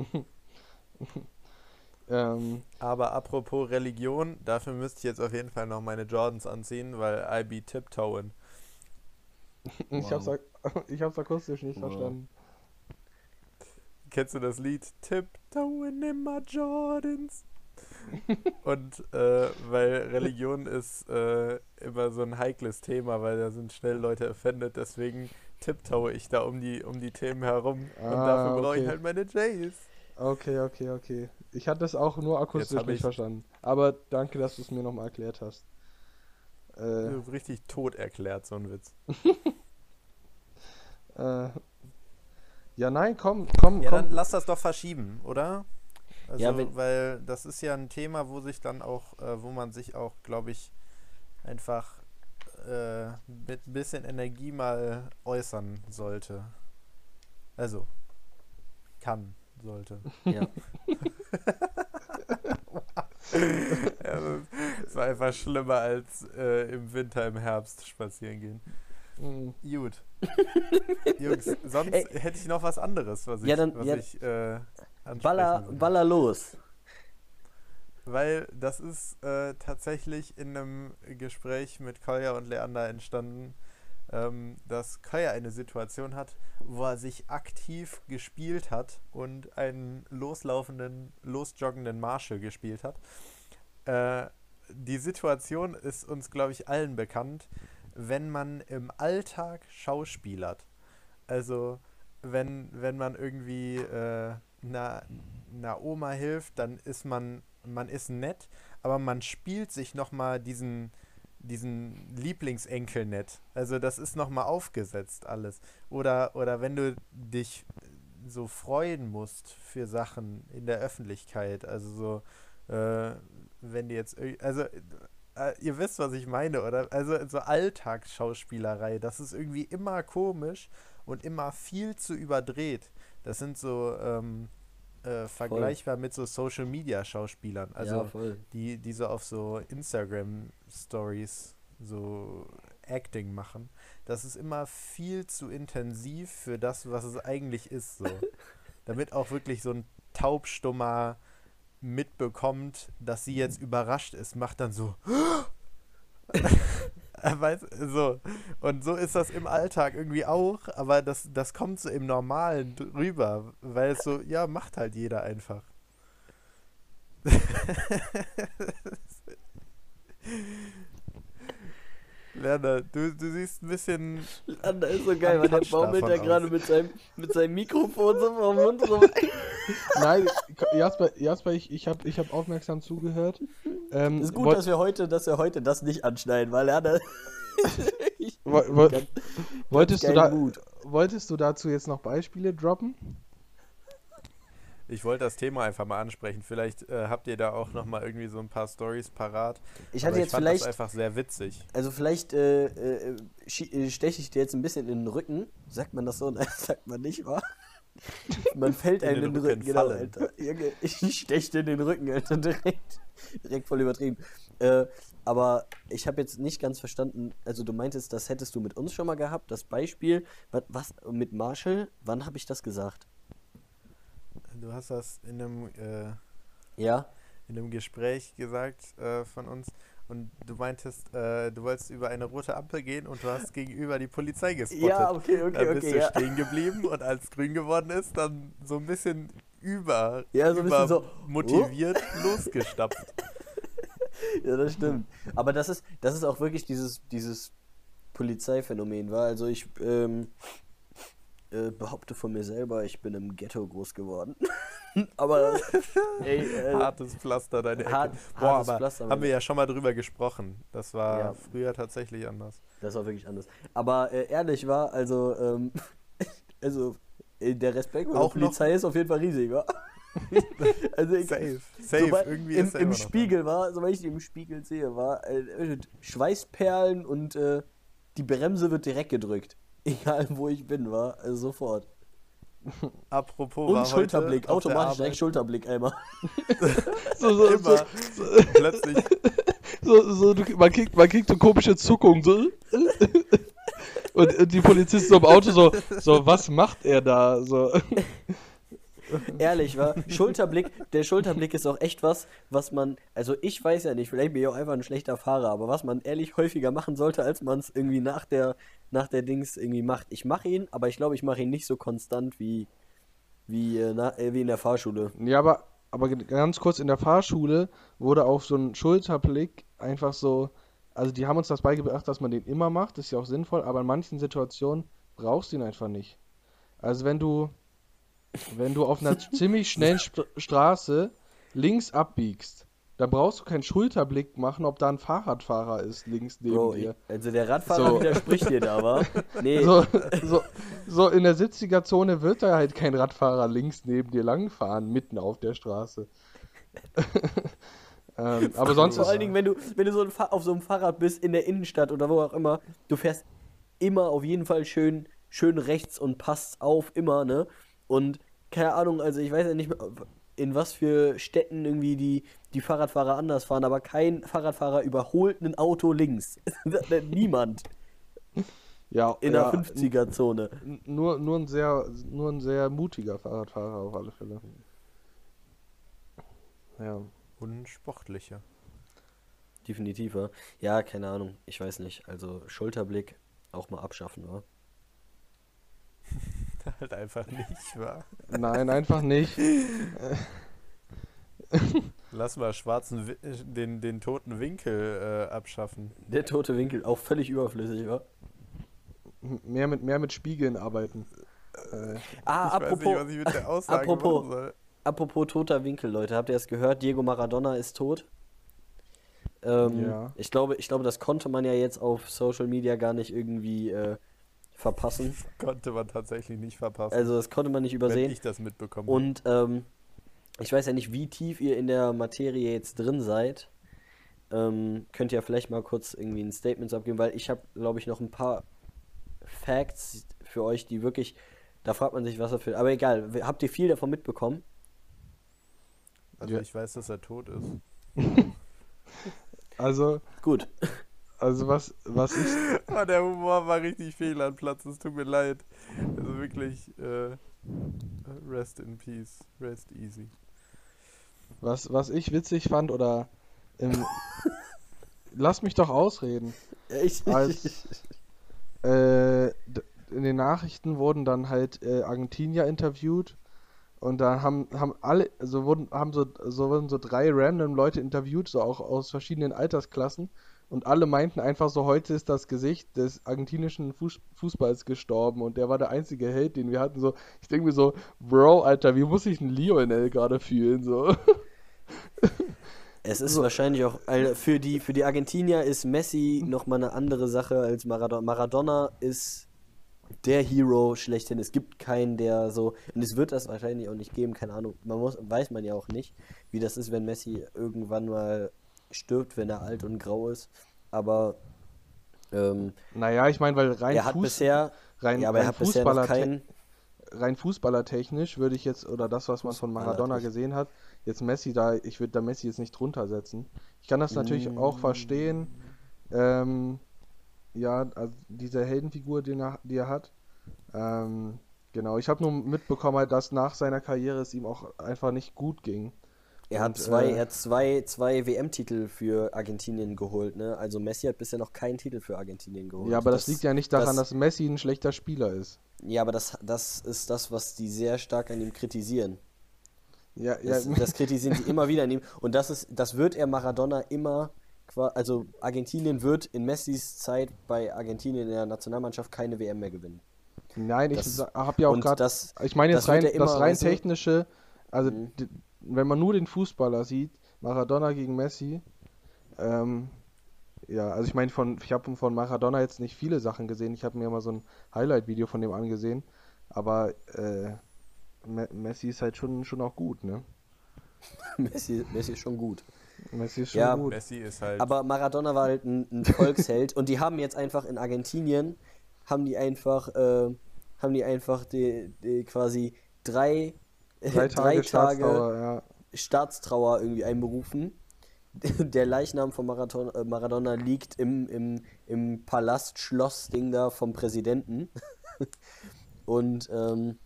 ähm, Aber apropos Religion, dafür müsste ich jetzt auf jeden Fall noch meine Jordans anziehen, weil I be tiptoeing. ich hab's, Wow. ak- ich hab's akustisch nicht Wow. verstanden. Kennst du das Lied? Tiptoeing in my Jordans. Und äh, weil Religion ist äh, immer so ein heikles Thema, weil da sind schnell Leute offended, deswegen tiptoe ich da um die, um die Themen herum. Und Ah, dafür brauche ich okay. halt meine J's. Okay, okay, okay. Ich hatte es auch nur akustisch hab nicht ich- verstanden. Aber danke, dass du es mir nochmal erklärt hast. Äh, So richtig tot erklärt, so ein Witz. äh, ja, nein, komm, komm, Ja, komm. dann lass das doch verschieben, oder? Also, Ja, wenn- weil das ist ja ein Thema, wo sich dann auch, äh, wo man sich auch, glaube ich, einfach äh, mit ein bisschen Energie mal äußern sollte. Also, kann, sollte. Ja. Ja, das war einfach schlimmer als äh, im Winter, im Herbst spazieren gehen. Mm, Gut. Jungs, sonst Ey. hätte ich noch was anderes, was ich, Ja, dann- was ja. ich äh, ansprechen Baller, will. baller los. Weil das ist äh, tatsächlich in einem Gespräch mit Kolja und Leander entstanden, ähm, dass Kolja eine Situation hat, wo er sich aktiv gespielt hat und einen loslaufenden, losjoggenden Marshall gespielt hat. Äh, die Situation ist uns, glaube ich, allen bekannt, wenn man im Alltag schauspielert. Also wenn, wenn man irgendwie äh, einer, einer Oma hilft, dann ist man, man ist nett, aber man spielt sich nochmal diesen, diesen Lieblingsenkel nett. Also das ist nochmal aufgesetzt alles. Oder, oder wenn du dich so freuen musst für Sachen in der Öffentlichkeit, also so, äh, wenn die jetzt, irg- also äh, ihr wisst, was ich meine, oder? Also so Alltagsschauspielerei, das ist irgendwie immer komisch und immer viel zu überdreht. Das sind so ähm, äh, vergleichbar mit so Social-Media-Schauspielern, also ja, voll. die, die so auf so Instagram-Stories so Acting machen. Das ist immer viel zu intensiv für das, was es eigentlich ist, so. Damit auch wirklich so ein Taubstummer mitbekommt, dass sie jetzt überrascht ist, macht dann so Weißt, so. Und so ist das im Alltag irgendwie auch, aber das, das kommt so im Normalen drüber, weil es so, ja, macht halt jeder einfach. Lerner, du, du siehst ein bisschen. Leander ist so geil, weil der Touch baumelt da davon gerade aus. mit seinem, mit seinem Mikrofon so vom Mund so weit. Nein, Jasper, Jasper, ich, ich habe ich hab aufmerksam zugehört. Ähm, Ist gut, wollt- dass wir heute, dass wir heute das nicht anschneiden, weil Leander. ich, wo- wo- ganz, wolltest, du geilen da, Mut. wolltest du dazu jetzt noch Beispiele droppen? ich wollte das Thema einfach mal ansprechen. Vielleicht äh, habt ihr da auch nochmal irgendwie so ein paar Storys parat. Ich hatte Aber jetzt ich fand vielleicht, das einfach sehr witzig. also vielleicht äh, äh, schi- äh, steche ich dir jetzt ein bisschen in den Rücken. Sagt man das so? Nein, sagt man nicht, wa? Man fällt In einem den in den Rücken, Rücken genau, fallen. Alter. Junge, ich steche dir in den Rücken, Alter, direkt. Direkt voll übertrieben. Äh, aber ich habe jetzt nicht ganz verstanden, also du meintest, das hättest du mit uns schon mal gehabt, das Beispiel. Was, was mit Marshall? Wann habe ich das gesagt? Du hast das in einem, äh, Ja? in einem Gespräch gesagt äh, von uns und du meintest, äh, du wolltest über eine rote Ampel gehen und du hast gegenüber die Polizei gespottet. Ja, okay, okay, Dann bist okay, du ja. stehen geblieben und als grün geworden ist, dann so ein bisschen über, Ja, so ein bisschen so, motiviert losgestapft. Ja, das stimmt. Aber das ist, das ist auch wirklich dieses, dieses Polizeiphänomen, war. Also ich ähm, äh, behaupte von mir selber, ich bin im Ghetto groß geworden. Aber ey, äh, Hartes Pflaster, deine Ecke. hart, Boah, hartes aber Pflaster. haben wir ja schon mal drüber gesprochen. Das war Ja. früher tatsächlich anders. Das war wirklich anders. Aber äh, ehrlich war, also, ähm, also äh, der Respekt vor der Auch noch- Polizei ist auf jeden Fall riesig, wa? Also ich, Safe, safe. sobald- Irgendwie im, ist er im immer noch Spiegel war, sobald ich die im Spiegel sehe, war äh, Schweißperlen und äh, die Bremse wird direkt gedrückt. Egal wo ich bin, war also sofort. da. Apropos Und war Schulterblick, heute auf der automatisch direkt Arbeit Schulterblick einmal. So, so, so, immer plötzlich so, so du, man, kriegt, man kriegt so komische Zuckungen. So. Und, und die Polizisten so im Auto so, so, was macht er da? So. Ehrlich, war Schulterblick, der Schulterblick ist auch echt was, was man, also ich weiß ja nicht, vielleicht bin ich auch einfach ein schlechter Fahrer, aber was man ehrlich häufiger machen sollte, als man es irgendwie nach der, nach der Dings irgendwie macht. Ich mache ihn, aber ich glaube, ich mache ihn nicht so konstant wie, wie, äh, na, äh, wie in der Fahrschule. Ja, aber, aber g- ganz kurz, in der Fahrschule wurde auch so ein Schulterblick einfach so, also die haben uns das beigebracht, dass man den immer macht, ist ja auch sinnvoll, aber in manchen Situationen brauchst du ihn einfach nicht. Also wenn du, wenn du auf einer ziemlich schnellen St Straße links abbiegst, dann brauchst du keinen Schulterblick machen, ob da ein Fahrradfahrer ist links neben Bro, ich, dir. also der Radfahrer So. widerspricht dir da, wa? Nee, So, so, so in der Sitzsiegerzone wird da halt kein Radfahrer links neben dir langfahren, mitten auf der Straße. ähm, aber sonst vor ist, allen Dingen, wenn du, wenn du so ein Fa- auf so einem Fahrrad bist, in der Innenstadt oder wo auch immer, du fährst immer auf jeden Fall schön, schön rechts und passt auf, immer, ne? Und keine Ahnung, also ich weiß ja nicht mehr, in was für Städten irgendwie die, die Fahrradfahrer anders fahren, aber kein Fahrradfahrer überholt ein Auto links. Niemand ja, in ja, der fünfziger-Zone. n- nur, nur ein sehr, nur ein sehr mutiger Fahrradfahrer auf alle Fälle. Ja. und sportlicher. Definitiv, ja. Ja, keine Ahnung, ich weiß nicht. Also Schulterblick auch mal abschaffen, wa? Halt einfach nicht, wahr? Nein, einfach nicht. Lass mal schwarzen, Wi- den, den toten Winkel äh, abschaffen. Der tote Winkel, auch völlig überflüssig, wa? M- Mehr mit, mehr mit Spiegeln arbeiten. Äh, Ah, Ich weiß apropos, nicht, was ich mit der Aussage apropos. machen soll. apropos toter Winkel, Leute, habt ihr es gehört? Diego Maradona ist tot. Ähm, Ja. ich glaube, ich glaube, das konnte man ja jetzt auf Social Media gar nicht irgendwie äh, verpassen. Konnte man tatsächlich nicht verpassen, Also das konnte man nicht wenn übersehen. ich das mitbekommen Und ähm, ich weiß ja nicht, wie tief ihr in der Materie jetzt drin seid. Ähm, könnt ihr ja vielleicht mal kurz irgendwie ein Statement abgeben, weil ich habe, glaube ich, noch ein paar Facts für euch, die wirklich, da fragt man sich, was er für. Aber egal, habt ihr viel davon mitbekommen? Also Ja. ich weiß, dass er tot ist. also, Gut. also was, was ich, Oh, der Humor war richtig fehl am Platz, es tut mir leid. Also wirklich, äh, rest in peace, rest easy. was, was ich witzig fand oder im, lass mich doch ausreden. Ich, Als- Äh, d- in den Nachrichten wurden dann halt äh, Argentinier interviewt und da haben, haben alle, also wurden, haben so, so wurden so drei random Leute interviewt, so auch aus verschiedenen Altersklassen und alle meinten einfach so, heute ist das Gesicht des argentinischen Fuß, Fußballs gestorben und der war der einzige Held, den wir hatten, so, ich denke mir so, Bro, Alter, wie muss sich ein Lionel gerade fühlen, so. Es ist So. wahrscheinlich auch, also für die, für die Argentinier ist Messi nochmal eine andere Sache als Maradona. Maradona ist der Hero schlechthin. Es gibt keinen, der so, und es wird das wahrscheinlich auch nicht geben, keine Ahnung. Man muss, weiß man ja auch nicht, wie das ist, wenn Messi irgendwann mal stirbt, wenn er alt und grau ist. Aber ähm, Naja, ich meine, weil rein, er hat Fuß, bisher, rein, ja, aber er rein, hat bisher noch Fußballer, keinen. rein fußballertechnisch würde ich jetzt, oder das, was man von Maradona Fußballertechnisch. gesehen hat, jetzt Messi da, ich würde da Messi jetzt nicht drunter setzen. Ich kann das natürlich auch verstehen, ähm, ja, also diese Heldenfigur, die er, die er hat. Ähm, genau, ich habe nur mitbekommen, halt, dass nach seiner Karriere es ihm auch einfach nicht gut ging. Er hat Und zwei, äh, er hat zwei, zwei W M-Titel für Argentinien geholt, ne? Also Messi hat bisher noch keinen Titel für Argentinien geholt. ja, aber das, liegt ja nicht daran, das, dass Messi ein schlechter Spieler ist. ja, aber das, das ist das, was die sehr stark an ihm kritisieren. Ja, ja, Das, das kritisieren die immer wieder an ihm. Und das ist, das wird er Maradona immer, qua- also Argentinien wird in Messis Zeit bei Argentinien in der Nationalmannschaft keine W M mehr gewinnen. nein, ich Das, habe ja auch und gerade, das, ich meine das jetzt wird rein, er immer, das rein weißt du, technische, also Mhm. d- wenn man nur den Fußballer sieht, Maradona gegen Messi, ähm, ja, also ich meine von, ich habe von Maradona jetzt nicht viele Sachen gesehen, ich habe mir mal so ein Highlight-Video von dem angesehen, aber äh, Me Messi ist halt schon, schon auch gut, ne? Messi, Messi ist schon gut. Messi ist schon Ja, gut. Messi ist halt. Aber Maradona war halt ein, ein Volksheld und die haben jetzt einfach in Argentinien, haben die einfach, äh, haben die einfach die, die quasi drei, Drei Tage Staatstrauer, ja. Staatstrauer irgendwie einberufen. Der Leichnam von Marathon, äh, Maradona liegt im, im, im Palast-Schloss-Ding da vom Präsidenten. Und ähm,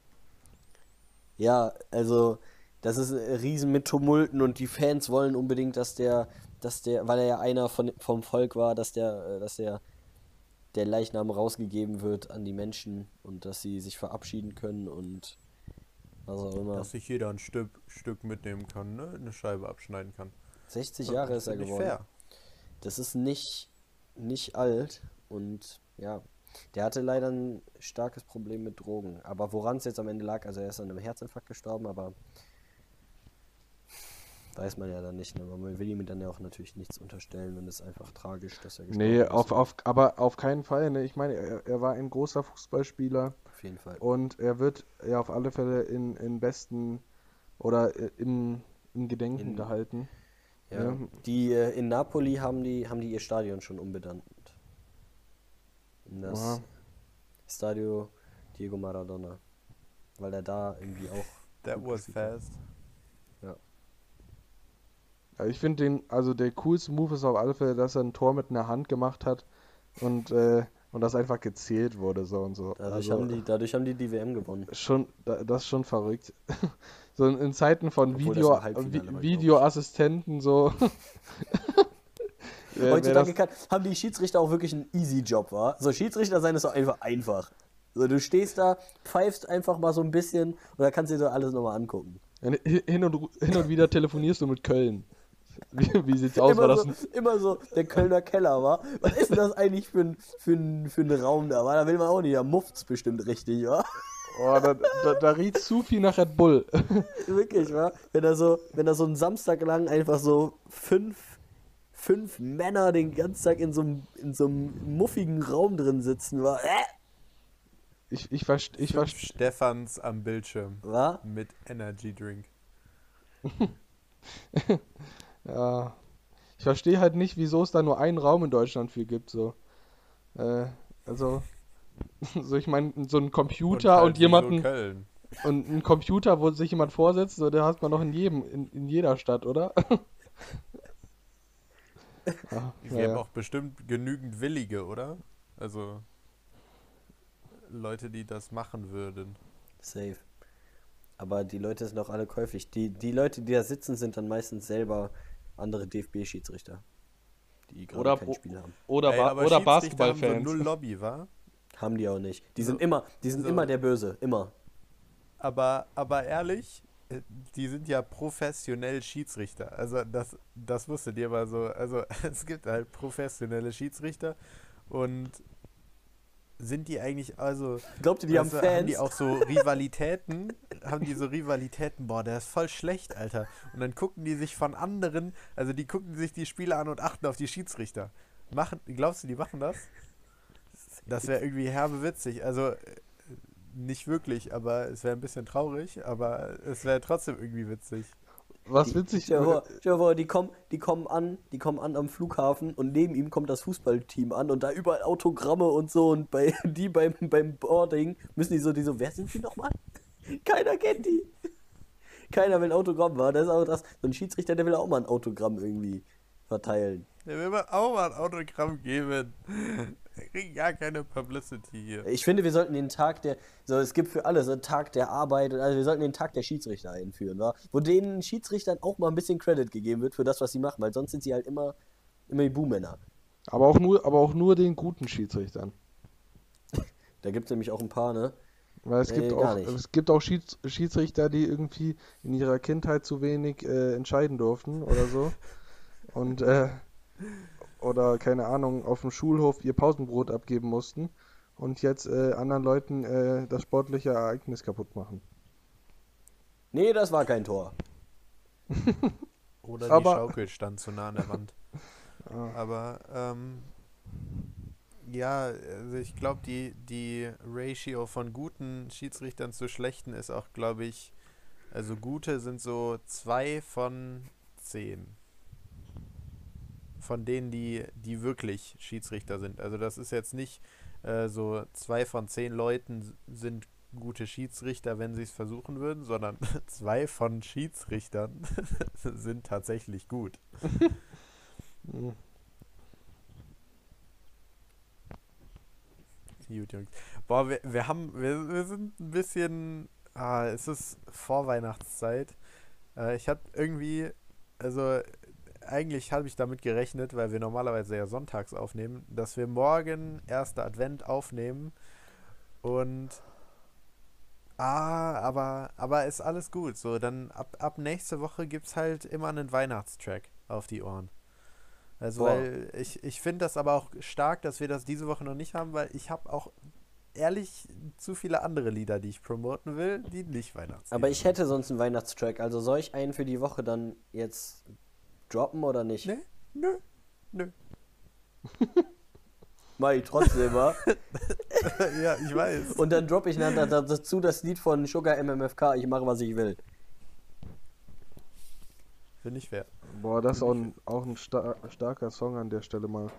ja, also das ist ein Riesen mit Tumulten und die Fans wollen unbedingt, dass der, dass der, weil er ja einer von, vom Volk war, dass der, äh, dass der, der Leichnam rausgegeben wird an die Menschen und dass sie sich verabschieden können und was auch immer. Dass sich jeder ein Stück, Stück mitnehmen kann, ne? Eine Scheibe abschneiden kann. sechzig Jahre ist er Find ich geworden. fair. Das ist nicht, nicht alt und ja, der hatte leider ein starkes Problem mit Drogen. Aber woran es jetzt am Ende lag, also er ist an einem Herzinfarkt gestorben, aber weiß man ja dann nicht. Ne? Man will ihm dann ja auch natürlich nichts unterstellen und es ist einfach tragisch, dass er gestorben Nee, ist. auf, auf, aber auf keinen Fall, ne? Ich meine, er, er war ein großer Fußballspieler Auf jeden Fall. und er wird ja auf alle Fälle in, in besten oder äh, im, im Gedenken In- gehalten. Ja. Ja. Die äh, in Napoli haben die, haben die ihr Stadion schon umbenannt. In das Aha. Stadio Diego Maradona. Weil er da irgendwie auch. That gut was gespielt hat. fast. Also ich finde den, also der coolste Move ist auf alle Fälle, dass er ein Tor mit einer Hand gemacht hat und, äh, und das einfach gezählt wurde so und so. Dadurch, Also haben die, dadurch haben die die W M gewonnen. schon, da- das ist schon verrückt. So in, in Zeiten von Obwohl das Video, im Halbfinale Vi- war, glaub ich. Videoassistenten so. Wär- wär Heutzutage das, kann, haben die Schiedsrichter auch wirklich einen easy Job, wa? So Schiedsrichter sein ist doch einfach einfach. So, du stehst da, pfeifst einfach mal so ein bisschen und dann kannst du dir alles nochmal angucken. hin, und, hin und wieder telefonierst du mit Köln. Wie, wie sieht's aus? War Immer das so, ein, immer so, der Kölner Keller, wa? Was ist denn das eigentlich für ein, für ein, für ein Raum da, wa? Da will man auch nicht, da mufft's bestimmt richtig, wa? oh, da, da, da riecht zu viel nach Red Bull. Wirklich, wa? Wenn da so, wenn da so ein Samstag lang einfach so fünf, fünf Männer den ganzen Tag in so einem, in so einem muffigen Raum drin sitzen, wa? Äh, Ich, ich, verst, ich, Fünf verst, Stefans am Bildschirm wa? mit Energy Drink. ja, ich verstehe halt nicht, wieso es da nur einen Raum in Deutschland für gibt. So. Äh, also, so ich meine, so einen Computer und, halt wieso jemanden Köln. und einen Computer, wo sich jemand vorsetzt, so, der hat man doch in jedem, in, in jeder Stadt, oder? ja, Wir naja. haben auch bestimmt genügend Willige, oder? Also Leute, die das machen würden. Safe. Aber die Leute sind auch alle käuflich. Die, die Leute, die da sitzen, sind dann meistens selber andere D F B-Schiedsrichter. Die gerade Oder, kein Spiel haben. oder, Ey, ba aber oder Schiedsrichter haben Basketballfans. so null Lobby, wa? Haben die auch nicht. Die sind So- immer, die sind so- immer der Böse. Immer. Aber, aber ehrlich, äh, die sind ja professionell Schiedsrichter. Also das, das wusstet ihr mal so. Also es gibt halt professionelle Schiedsrichter und sind die eigentlich, also Glaubt ihr, die haben weißt du, Fans? haben die auch so Rivalitäten? haben die so Rivalitäten? Boah, der ist voll schlecht, Alter. Und dann gucken die sich von anderen, also die gucken sich die Spiele an und achten auf die Schiedsrichter. Machen, glaubst du, die machen das? Das wäre irgendwie herbe witzig. Also äh, nicht wirklich, aber es wäre ein bisschen traurig, aber es wäre trotzdem irgendwie witzig. Was Die, witzig, stell dir vor, stell dir vor, die kommen, die kommen an, die kommen an am Flughafen und neben ihm kommt das Fußballteam an und da überall Autogramme und so und bei die beim, beim Boarding müssen die so, die so, wer sind die nochmal? Keiner kennt die. Keiner will ein Autogramm, war. Das ist auch das. So ein Schiedsrichter, der will auch mal ein Autogramm irgendwie verteilen. Der will mir auch mal ein Autogramm geben. Wir kriegen gar keine Publicity hier. Ich finde, wir sollten den Tag der, so es gibt für alle so einen Tag der Arbeit, also wir sollten den Tag der Schiedsrichter einführen, wa? Wo den Schiedsrichtern auch mal ein bisschen Credit gegeben wird für das, was sie machen, weil sonst sind sie halt immer, immer die Buhmänner. aber auch nur, aber auch nur den guten Schiedsrichtern. Da gibt es nämlich auch ein paar, ne? Weil es Nee, gibt gar auch, nicht. es gibt auch Schieds Schiedsrichter, die irgendwie in ihrer Kindheit zu wenig äh, entscheiden durften oder so. Und äh, oder keine Ahnung, auf dem Schulhof ihr Pausenbrot abgeben mussten und jetzt äh, anderen Leuten äh, das sportliche Ereignis kaputt machen. Nee, das war kein Tor. Oder die Aber- Schaukel stand zu nah an der Wand. Ah, Aber ähm, ja, also ich glaube, die, die Ratio von guten Schiedsrichtern zu schlechten ist auch, glaube ich, also gute sind so zwei von zehn. Von denen, die, die wirklich Schiedsrichter sind. Also das ist jetzt nicht äh, so zwei von zehn Leuten s- sind gute Schiedsrichter, wenn sie es versuchen würden, sondern zwei von Schiedsrichtern sind tatsächlich gut. mh. Gut, Jungs. Boah, wir, wir haben, wir, wir sind ein bisschen, ah, es ist Vorweihnachtszeit. Äh, ich habe irgendwie, also eigentlich habe ich damit gerechnet, weil wir normalerweise ja sonntags aufnehmen, dass wir morgen erster Advent aufnehmen und ah, aber, aber ist alles gut. So, dann ab, ab nächste Woche gibt es halt immer einen Weihnachtstrack auf die Ohren. Also, Boah. weil ich, ich finde das aber auch stark, dass wir das diese Woche noch nicht haben, weil ich habe auch ehrlich zu viele andere Lieder, die ich promoten will, die nicht Weihnachtslieder Aber ich sind. hätte sonst einen Weihnachtstrack, also soll ich einen für die Woche dann jetzt droppen oder nicht? Nee, nö, nö. Mach ich trotzdem, wa? Ja, ich weiß. Und dann droppe ich dann da- da- dazu das Lied von Sugar M M F K, ich mache, was ich will. Finde ich fair. Boah, das ist auch ein, auch ein star starker Song an der Stelle mal.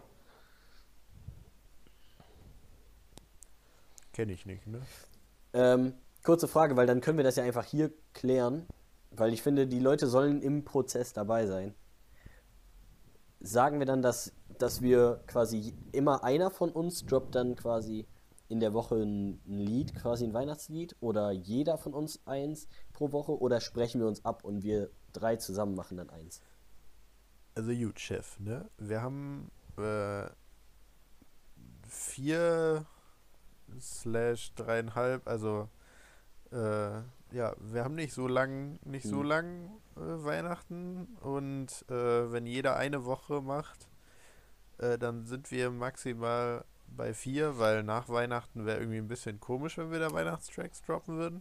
Kenne ich nicht, ne? Ähm, kurze Frage, weil dann können wir das ja einfach hier klären, weil ich finde, die Leute sollen im Prozess dabei sein. Sagen wir dann, dass, dass wir quasi immer einer von uns droppt dann quasi in der Woche ein, ein Lied, quasi ein Weihnachtslied, oder jeder von uns eins pro Woche, oder sprechen wir uns ab und wir drei zusammen machen dann eins? Also gut, Chef, ne? Wir haben äh, vier slash dreieinhalb, also äh, ja, wir haben nicht so lang, nicht so Hm. lang äh, Weihnachten und äh, wenn jeder eine Woche macht, äh, dann sind wir maximal bei vier, weil nach Weihnachten wäre irgendwie ein bisschen komisch, wenn wir da Weihnachtstracks droppen würden.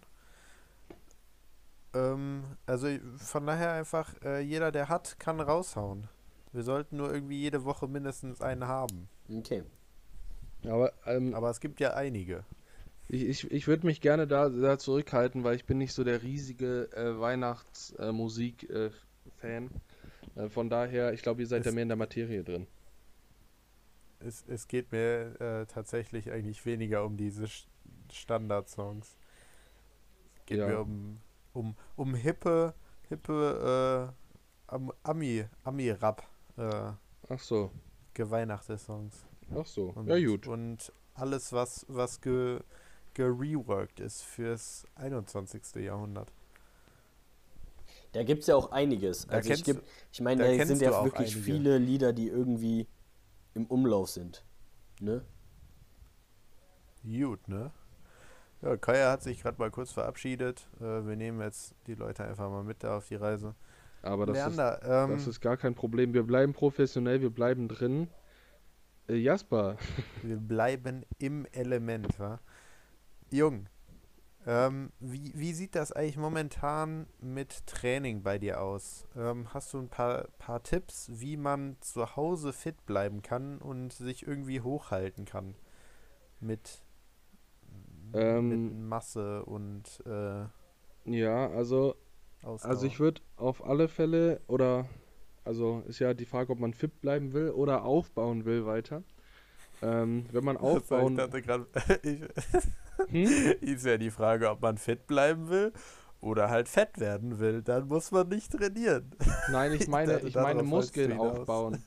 Ähm, also von daher einfach, äh, jeder, der hat, kann raushauen. Wir sollten nur irgendwie jede Woche mindestens einen haben. Okay. Aber ähm, Aber es gibt ja einige. ich, ich, ich würde mich gerne da, da zurückhalten, weil ich bin nicht so der riesige äh, Weihnachtsmusik-Fan. Äh, von daher, ich glaube, ihr seid Es- da mehr in der Materie drin. Es, es geht mir äh, tatsächlich eigentlich weniger um diese Sch- Standardsongs. Es geht Ja. mir um, um, um hippe, hippe äh, Am, Ami, Ami-Rap äh, Ach so, geweihnachte-Songs. ach so. Und, Ja, gut. und alles, was, was ge, gereworked ist fürs einundzwanzigste. Jahrhundert. Da gibt es ja auch einiges. Da Also ich, kennst gibt, ich meine, da da kennst sind du ja auch wirklich einige. viele Lieder, die irgendwie im Umlauf sind. Ne? Gut, ne? Ja, Kaya hat sich gerade mal kurz verabschiedet. Äh, wir nehmen jetzt die Leute einfach mal mit da auf die Reise. Aber das ist, Leander, ähm, das ist gar kein Problem. Wir bleiben professionell, wir bleiben drin. Äh, Jasper, wir bleiben im Element, wa? Jung, ähm, wie, wie sieht das eigentlich momentan mit Training bei dir aus? Ähm, hast du ein paar, paar Tipps, wie man zu Hause fit bleiben kann und sich irgendwie hochhalten kann? mit, Ähm, mit Masse und äh, ja, also, Ausdauer. also ich würde auf alle Fälle, oder, also ist ja die Frage, ob man fit bleiben will oder aufbauen will weiter. Ähm, wenn man Also ich aufbauen, dachte gerade, ich, hm? ist ja die Frage, ob man fit bleiben will oder halt fett werden will. Dann muss man nicht trainieren. Nein, ich Ich meine, dachte, ich meine darauf wolltest du Muskeln hinaus. aufbauen.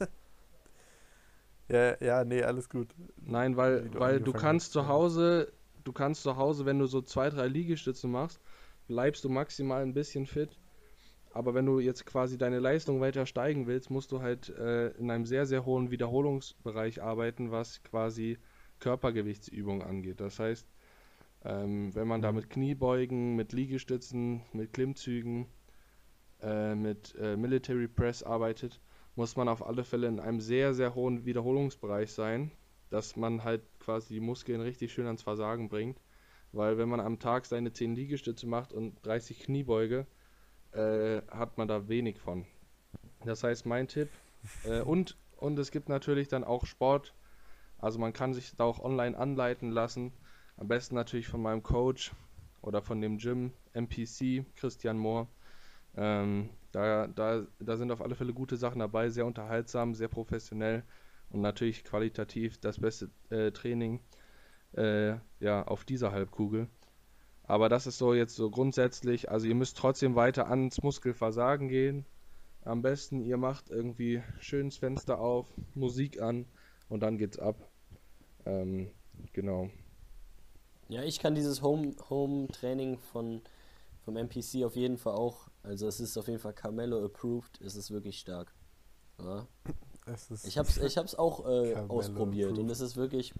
Ja, ja, nee, alles gut. Nein, weil, Wie du weil du angefangen kannst hast, zu ja. Hause, du kannst zu Hause, wenn du so zwei, drei Liegestütze machst, bleibst du maximal ein bisschen fit. Aber wenn du jetzt quasi deine Leistung weiter steigen willst, musst du halt äh, in einem sehr, sehr hohen Wiederholungsbereich arbeiten, was quasi Körpergewichtsübungen angeht. Das heißt, ähm, wenn man da Mhm. mit Kniebeugen, mit Liegestützen, mit Klimmzügen, äh, mit äh, Military Press arbeitet, muss man auf alle Fälle in einem sehr, sehr hohen Wiederholungsbereich sein, dass man halt quasi die Muskeln richtig schön ans Versagen bringt. Weil wenn man am Tag seine zehn Liegestütze macht und dreißig Kniebeuge, äh, hat man da wenig von. Das heißt, mein Tipp, äh, und, und es gibt natürlich dann auch Sport, also man kann sich da auch online anleiten lassen, am besten natürlich von meinem Coach oder von dem Gym, M P C, Christian Mohr. Ähm, da, da, da sind auf alle Fälle gute Sachen dabei, sehr unterhaltsam, sehr professionell und natürlich qualitativ das beste äh, Training äh, ja, auf dieser Halbkugel. Aber das ist so jetzt so grundsätzlich, also ihr müsst trotzdem weiter ans Muskelversagen gehen. Am besten ihr macht irgendwie schön das Fenster auf, Musik an und dann geht's ab. Ähm, genau. Ja, ich kann dieses Home, Home-Training von, vom M P C auf jeden Fall auch. Also es ist auf jeden Fall Carmelo approved. Es ist wirklich stark. Ja. Es ist Ich hab's, ich hab's auch äh, Carmelo ausprobiert und approved. es ist wirklich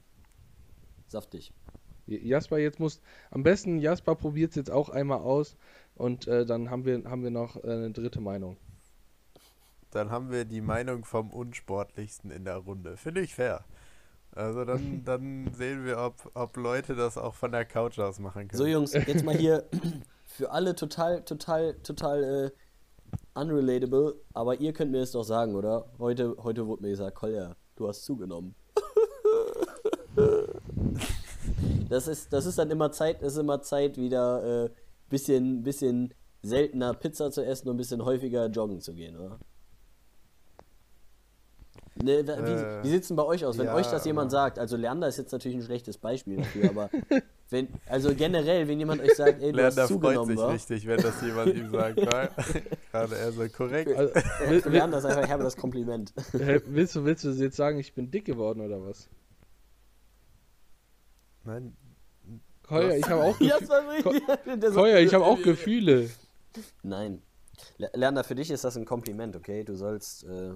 saftig. Jasper, jetzt muss, am besten Jasper probiert es jetzt auch einmal aus und äh, dann haben wir, haben wir noch äh, eine dritte Meinung. Dann haben wir die Meinung vom Unsportlichsten in der Runde. Finde ich fair. Also dann, dann sehen wir, ob, ob Leute das auch von der Couch aus machen So können. Jungs, jetzt mal hier für alle total, total, total äh, unrelatable, aber ihr könnt mir das doch sagen, oder? Heute, heute wurde mir gesagt, Kolja, du hast zugenommen. Das ist, das ist dann immer Zeit, es ist immer Zeit, wieder äh, bisschen, bisschen seltener Pizza zu essen und ein bisschen häufiger joggen zu gehen, oder? Ne, da- wie, Äh, wie sieht's denn bei euch aus, wenn ja, euch das jemand aber- sagt? Also Leander ist jetzt natürlich ein schlechtes Beispiel dafür, aber wenn, also generell, wenn jemand euch sagt, ey, du Lerner hast freut zugenommen, sich wa? richtig, wenn das jemand ihm sagt. Weil gerade er so korrekt. Also, Für will, will, Leander ist einfach, ich habe das Kompliment. äh, willst du, willst du jetzt sagen, ich bin dick geworden oder was? Nein, Kolja, ich habe auch, Ja, Gef das war richtig. Das- Kolja, ich habe auch Gefühle. Nein. Le- Leander, für dich ist das ein Kompliment, okay? Du sollst, äh,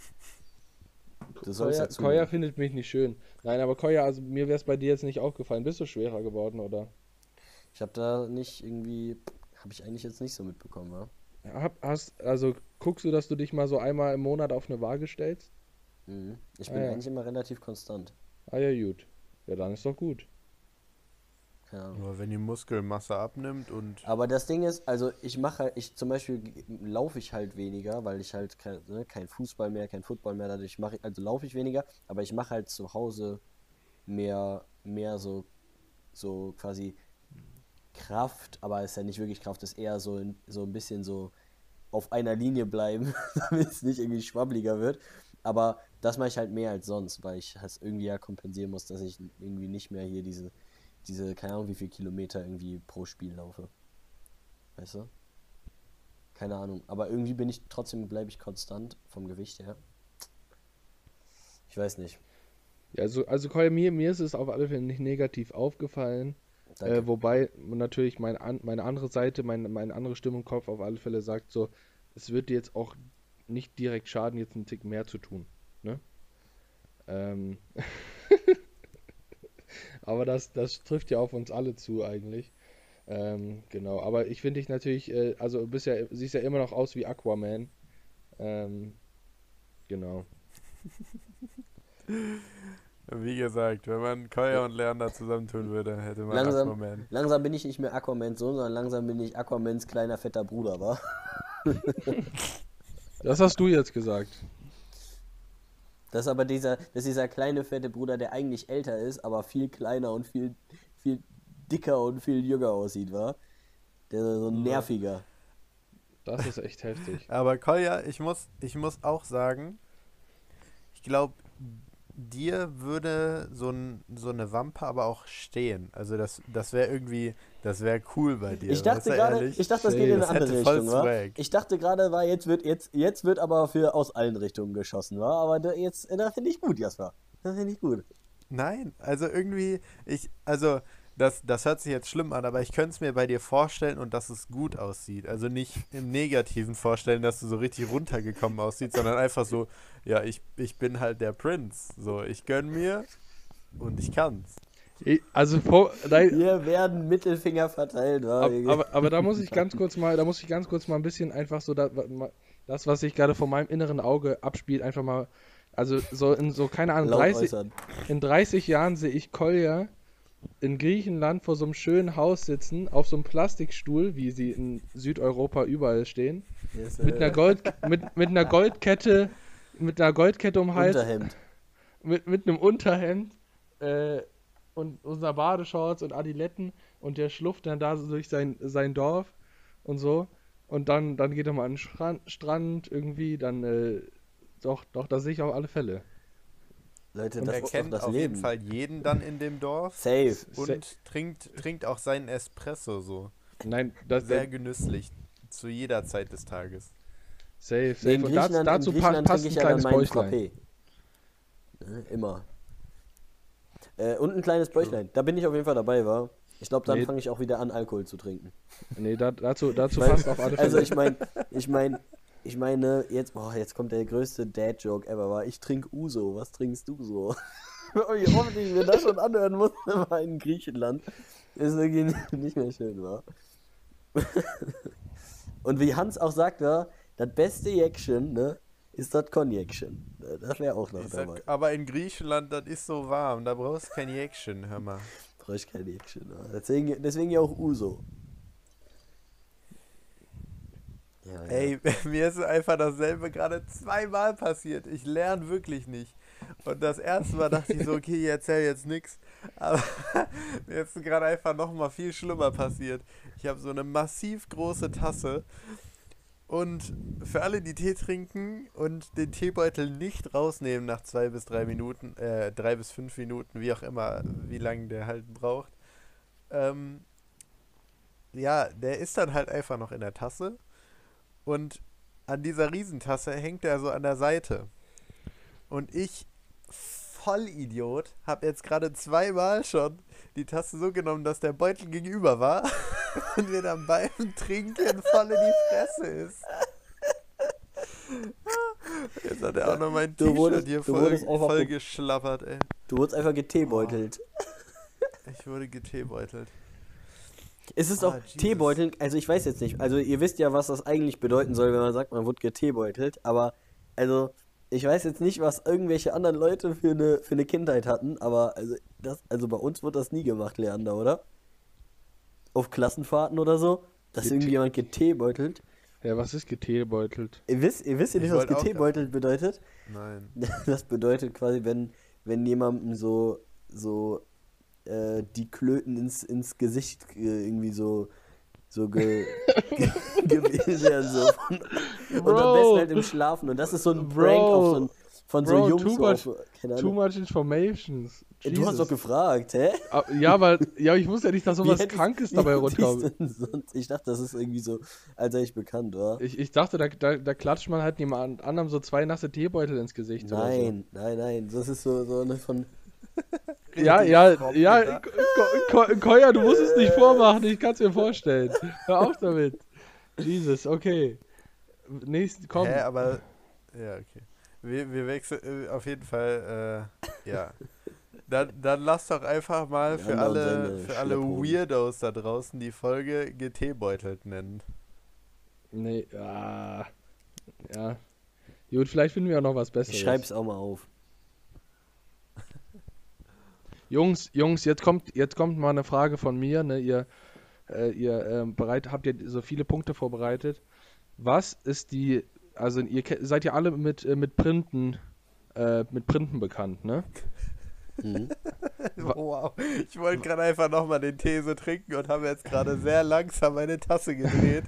du sollst Kolja, dazu. Kolja findet mich nicht schön. Nein, aber Kolja, also mir wäre es bei dir jetzt nicht aufgefallen. Bist du schwerer geworden, oder? Ich habe da nicht irgendwie, habe ich eigentlich jetzt nicht so mitbekommen, wa? Hab, hast, also guckst du, dass du dich mal so einmal im Monat auf eine Waage stellst? Mhm. Ich Ah, bin ja. eigentlich immer relativ konstant. Ah ja, gut. Ja, dann ist doch gut. Keine Ahnung. nur wenn die Muskelmasse abnimmt und Aber das Ding ist, also ich mache, ich zum Beispiel g- laufe ich halt weniger, weil ich halt kein, ne, kein Fußball mehr, kein Football mehr, dadurch mache ich, also laufe ich weniger, aber ich mache halt zu Hause mehr, mehr so, so quasi Kraft, aber es ist ja nicht wirklich Kraft, es ist eher so, ein- so ein bisschen so auf einer Linie bleiben, damit es nicht irgendwie schwabbliger wird. Aber das mache ich halt mehr als sonst, weil ich es irgendwie ja kompensieren muss, dass ich irgendwie nicht mehr hier diese, diese, keine Ahnung, wie viel Kilometer irgendwie pro Spiel laufe. Weißt du? Keine Ahnung. Aber irgendwie bin ich, trotzdem bleibe ich konstant vom Gewicht her. Ich weiß nicht. Ja, also, also Kolja, mir, mir ist es auf alle Fälle nicht negativ aufgefallen. Danke. Äh, wobei natürlich mein, an, meine andere Seite, mein, meine andere Stimme im Kopf auf alle Fälle sagt so, es wird dir jetzt auch nicht direkt schaden, jetzt einen Tick mehr zu tun. Ne? Ähm. Aber das, das trifft ja auf uns alle zu eigentlich. Ähm, genau, aber ich finde dich natürlich, äh, also du bist ja, siehst ja immer noch aus wie Aquaman. Ähm, genau. wie gesagt, wenn man Kolja und Lerner zusammentun würde, hätte man Langsam, Aquaman. langsam bin ich nicht mehr Aquamans Sohn, sondern langsam bin ich Aquamans kleiner fetter Bruder, wa? Das hast du jetzt gesagt. Das ist aber dieser, das ist dieser kleine, fette Bruder, der eigentlich älter ist, aber viel kleiner und viel, viel dicker und viel jünger aussieht, wa? Der ist so ein nerviger. Das ist echt heftig. Aber Kolja, ich muss, ich muss auch sagen, ich glaube, dir würde so, ein, so eine Wampe aber auch stehen. Also das, das wäre irgendwie, das wäre cool bei dir. Ich dachte gerade, ich dachte, das geht in eine Das andere hätte voll Richtung, wa? Swag. Ich dachte gerade, war jetzt wird jetzt jetzt wird aber für aus allen Richtungen geschossen, wa? Aber da jetzt, da finde ich gut, Jasper. Das finde ich gut. Nein, also irgendwie, ich, also das, das hört sich jetzt schlimm an, aber ich könnte es mir bei dir vorstellen und dass es gut aussieht. Also nicht im Negativen vorstellen, dass du so richtig runtergekommen aussiehst, sondern einfach so, ja, ich, ich bin halt der Prinz. So, ich gönn mir und ich kann's. Ich- Also vor, nein, Hier werden Mittelfinger verteilt, wa? ab, aber, aber da muss ich ganz kurz mal, da muss ich ganz kurz mal ein bisschen einfach so da, ma- das, was sich gerade vor meinem inneren Auge abspielt, einfach mal, also so in so, keine Ahnung, laut dreißig, äußern. in dreißig Jahren sehe ich Kolja in Griechenland vor so einem schönen Haus sitzen, auf so einem Plastikstuhl, wie sie in Südeuropa überall stehen, Yes, mit einer äh, Gold, mit, mit einer Goldkette, mit einer Goldkette um den Hals, Unterhemd. mit, mit einem Unterhemd äh, und unserer Badeshorts und Adiletten und der schlufft dann da so durch sein, sein Dorf und so und dann, dann geht er mal an den Strand, Strand irgendwie, dann äh, doch, doch, das sehe ich auf alle Fälle. Leute, Und das er ist doch kennt das auf Leben. jeden Fall jeden dann in dem Dorf Safe. und Sa- trinkt, trinkt auch seinen Espresso so. Nein, das Sehr das- genüsslich. Zu jeder Zeit des Tages. safe, Nee, safe. in Und dazu, Griechenland, dazu in pa- Griechenland passt trinke ein ich ja dann kleines meinen Bäuchlein. Frappé. Ne, immer. Äh, und ein kleines Bäuchlein. Da bin ich auf jeden Fall dabei, wa? Ich glaube, dann Nee. fange ich auch wieder an, Alkohol zu trinken. Nee, da, dazu, dazu Weil- passt auf alle Fälle. Also ich meine, ich meine, ich meine, jetzt, boah, jetzt kommt der größte Dad-Joke ever, war, ich trinke Uso, was trinkst du so? Wie oft ich mir das schon anhören musste, war in Griechenland. Ist irgendwie nicht mehr schön, wa? Und wie Hans auch sagt, war, das beste Jäckchen, ne, ist das Cognac-chen. Das wäre auch noch Ich dabei. sag, aber in Griechenland, das ist so warm, da brauchst du kein Jäckchen, hör mal. Brauche ich kein Jäckchen. wa? Deswegen, deswegen ja auch Uso. Ja, ja. Ey, mir ist einfach dasselbe gerade zweimal passiert. Ich lerne wirklich nicht. Und das erste Mal dachte ich so, okay, ich erzähl jetzt nix. Aber mir ist gerade einfach nochmal viel schlimmer passiert. Ich habe so eine massiv große Tasse. Und für alle, die Tee trinken und den Teebeutel nicht rausnehmen nach zwei bis drei Minuten, äh, drei bis fünf Minuten, wie auch immer, wie lange der halt braucht, ähm, ja, der ist dann halt einfach noch in der Tasse. Und an dieser Riesentasse hängt er so an der Seite. Und ich, Vollidiot, habe jetzt gerade zweimal schon die Tasse so genommen, dass der Beutel gegenüber war und mir dann beim Trinken voll in die Fresse ist. Jetzt hat er auch noch mein Du T-Shirt wurdest- hier du voll, wurdest einfach voll ge- geschlappert, ey. Du wurdest einfach geteebeutelt. Ich wurde geteebeutelt. Es ist Ah, doch Jesus. Teebeuteln, also ich weiß jetzt nicht, also ihr wisst ja, was das eigentlich bedeuten soll, wenn man sagt, man wurde geteebeutelt, aber also ich weiß jetzt nicht, was irgendwelche anderen Leute für eine, für eine Kindheit hatten, aber also, das, also bei uns wurde das nie gemacht, Leander, oder? Auf Klassenfahrten oder so, dass Gete- irgendjemand geteebeutelt. Ja, was ist geteebeutelt? Ihr wisst, ihr wisst ja nicht, Ich was wollte auch geteebeutelt bedeutet? Nein. Das bedeutet quasi, wenn, wenn jemandem so, so äh, die Klöten ins, ins Gesicht äh, irgendwie so, so ge, ge, gewählt werden. So. Und Bro. am besten halt im Schlafen. Und das ist so ein Prank Bro. auf so ein, von so Bro, Jungs. too so much- auf, keine Too Ahnung. much informations. Ey, Du hast doch Jesus. gefragt, hä? Ah, Ja, aber ja, ich wusste ja nicht, dass sowas hättest- Krankes wie dabei hätte ich's runterkommt. denn sonst? Ich dachte, das ist irgendwie so allseits bekannt, war. Ich, ich dachte, da, da, da klatscht man halt jemand anderem so zwei nasse Teebeutel ins Gesicht Nein, nein, nein. Das ist so, so eine von. oder so. Ja, Richtig ja, prompt ja, gedacht. Ko- Ko- Koya, du musst es nicht vormachen, ich kann es mir vorstellen. Hör auf damit. Jesus, okay. Nächst, komm. Hä, aber. Ja, okay. Wir, wir wechseln äh, auf jeden Fall, äh, ja. Dann, dann lass doch einfach mal für Leander und alle, seine für alle Schlepphosen. Weirdos da draußen die Folge geteebeutelt nennen. Nee, ja. Ja. Gut, vielleicht finden wir auch noch was Besseres. Ich schreib's auch mal auf. Jungs, Jungs, jetzt kommt, jetzt kommt mal eine Frage von mir, ne? Ihr, äh, ihr ähm, bereit, habt ihr so viele Punkte vorbereitet. Was ist die, also ihr ke- seid ja alle mit, äh, mit Printen äh, mit Printen bekannt, ne? Mhm. Wow. Ich wollte gerade einfach nochmal den Tee so trinken und habe jetzt gerade sehr langsam meine Tasse gedreht.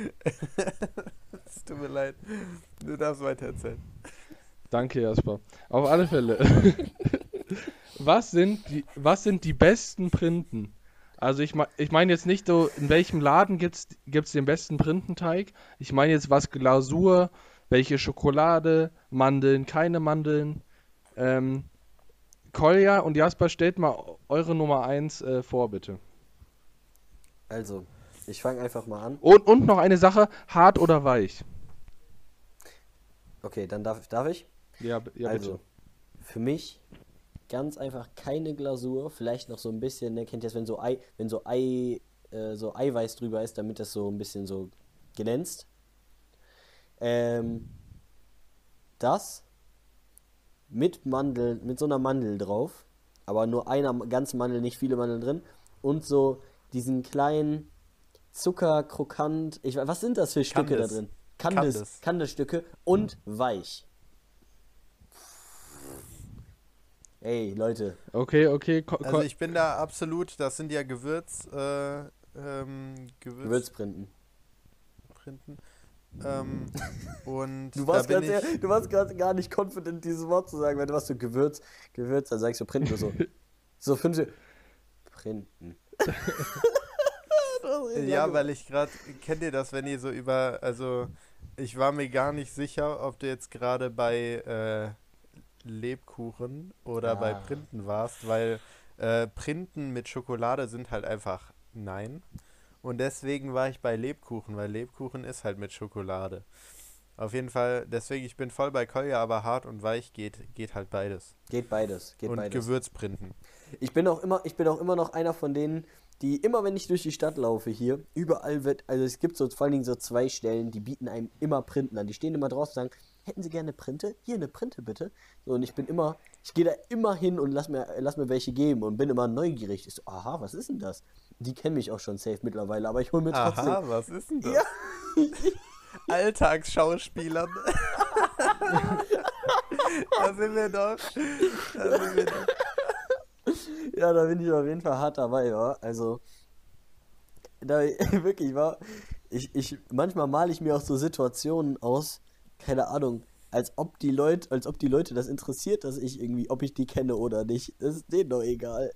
Es tut mir leid. Du darfst weiter erzählen. Danke, Jasper. Auf alle Fälle. Was sind die, was sind die besten Printen? Also ich, mein- ich meine jetzt nicht so, in welchem Laden gibt's, gibt's den besten Printenteig. Ich meine jetzt was Glasur, welche Schokolade, Mandeln, keine Mandeln. Ähm, Kolja und Jasper, stellt mal eure Nummer eins äh, vor, bitte. Also, ich fange einfach mal an. Und, und noch eine Sache, hart oder weich? Okay, dann darf, darf ich? Ja, b- ja Also, bitte. für mich ganz einfach keine Glasur, vielleicht noch so ein bisschen, ne, kennt ihr das, wenn so Ei, wenn so Ei, äh, so Eiweiß drüber ist, damit das so ein bisschen so glänzt. Ähm, das mit Mandeln, mit so einer Mandel drauf, aber nur einer ganzen Mandel, nicht viele Mandeln drin und so diesen kleinen Zuckerkrokant, ich weiß, was sind das für Stücke da Candice. drin? Candice, Candice. Candice-Stücke und weich. Ey, Leute, Okay, okay. Ko Also Ko ich bin da absolut, das sind ja Gewürz, äh, ähm, Gewürzprinten. Gewürzprinten. Ähm, und Du da warst bin gerade ich, du warst gerade gar nicht confident, dieses Wort zu sagen, weil du warst so Gewürz, Gewürz, dann sagst du Printen nur so. So fünf Se- Printen. ja, weil ich gerade, kennt ihr das, wenn ihr so über, also ich war mir gar nicht sicher, ob du jetzt gerade bei äh, Lebkuchen oder bei Ah. Printen warst, weil äh, Printen mit Schokolade sind halt einfach nein. Und deswegen war ich bei Lebkuchen, weil Lebkuchen ist halt mit Schokolade. Auf jeden Fall, deswegen, ich bin voll bei Kolja, aber hart und weich geht, geht halt beides. Geht beides, geht Und beides. Gewürzprinten. Ich bin auch immer, ich bin auch immer noch einer von denen, die immer, wenn ich durch die Stadt laufe hier, überall wird, also es gibt so vor allen Dingen so zwei Stellen, die bieten einem immer Printen an. Die stehen immer draußen und sagen, hätten Sie gerne eine Printe? Hier eine Printe bitte. So, und ich bin immer, ich gehe da immer hin und lass mir, lass mir welche geben und bin immer neugierig. Ich so, aha, was ist denn das? Die kennen mich auch schon safe mittlerweile, aber ich hole mir trotzdem. Aha, was ist denn das? Ja. Alltagsschauspielern. Da sind wir doch. Da sind wir doch. Ja, da bin ich auf jeden Fall hart dabei, ja. Also, da wirklich war, ich, ich, manchmal male ich mir auch so Situationen aus, keine Ahnung, als ob die Leute, als ob die Leute das interessiert, dass ich irgendwie, ob ich die kenne oder nicht. Das ist denen doch egal.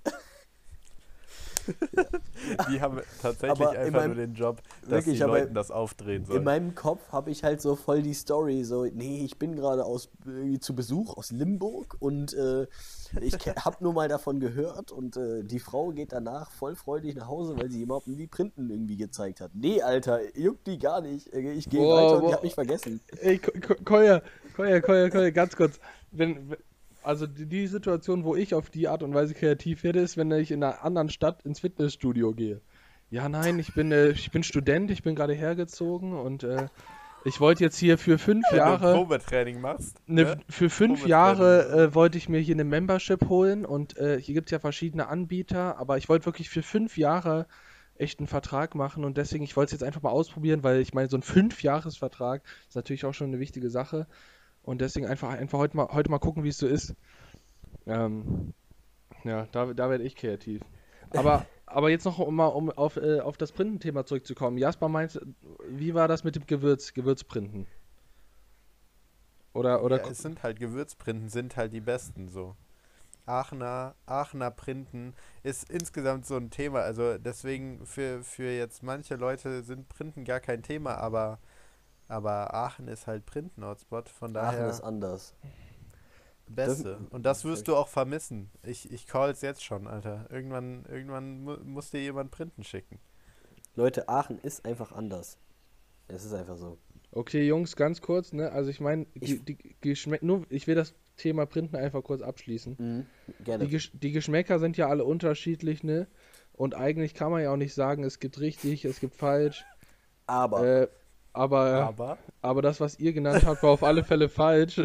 Die haben tatsächlich Aber in einfach meinem- nur den Job, dass wirklich, die aber Leuten das aufdrehen In sollen. meinem Kopf habe ich halt so voll die Story, so, nee, ich bin gerade aus irgendwie zu Besuch aus Limburg und äh, ich habe nur mal davon gehört und äh, die Frau geht danach voll freudig nach Hause, weil sie jemandem die Printen irgendwie gezeigt hat. Nee, Alter, juckt die gar nicht. Äh, Ich gehe Boah, weiter und die boah. hat mich vergessen. Ey, Ko- Ko- Kolja, Kolja, Kolja, Kolja, ganz kurz. Wenn, also die, die Situation, wo ich auf die Art und Weise kreativ werde, ist, wenn ich in einer anderen Stadt ins Fitnessstudio gehe. Ja, nein, ich bin, äh, ich bin Student, ich bin gerade hergezogen und äh, ich wollte jetzt hier für fünf Wenn du Jahre, Probetraining machst. ne, ne? für fünf Probetraining. Jahre äh, wollte ich mir hier eine Membership holen und äh, hier gibt es ja verschiedene Anbieter, aber ich wollte wirklich für fünf Jahre echt einen Vertrag machen und deswegen, ich wollte es jetzt einfach mal ausprobieren, weil ich meine, so ein Fünf-Jahres-Vertrag ist natürlich auch schon eine wichtige Sache. Und deswegen einfach, einfach heute mal, heute mal gucken, wie es so ist. Ähm, ja, da, da werde ich kreativ. Aber, aber jetzt noch, um mal um auf, äh, auf das Printenthema zurückzukommen. Jasper meint, wie war das mit dem Gewürz, Gewürzprinten? Oder, oder, Ja, es sind halt Gewürzprinten, sind halt die besten so. Aachener, Aachener Printen ist insgesamt so ein Thema. Also deswegen für, für jetzt manche Leute sind Printen gar kein Thema, aber, aber Aachen ist halt Printen-Hotspot, von Aachen daher ist anders. Beste. Und das wirst du auch vermissen. Ich, ich call's jetzt schon, Alter. Irgendwann, irgendwann mu muss dir jemand Printen schicken. Leute, Aachen ist einfach anders. Es ist einfach so. okay, Jungs, ganz kurz, ne? Also ich meine, die, Ich- die Geschmäcker, nur, ich will das Thema Printen einfach kurz abschließen. Mhm, Die, gerne. Gesch die Geschmäcker sind ja alle unterschiedlich, ne? Und eigentlich kann man ja auch nicht sagen, es gibt richtig, es gibt falsch. Aber, Äh, aber, Aber aber das, was ihr genannt habt, war auf alle Fälle falsch.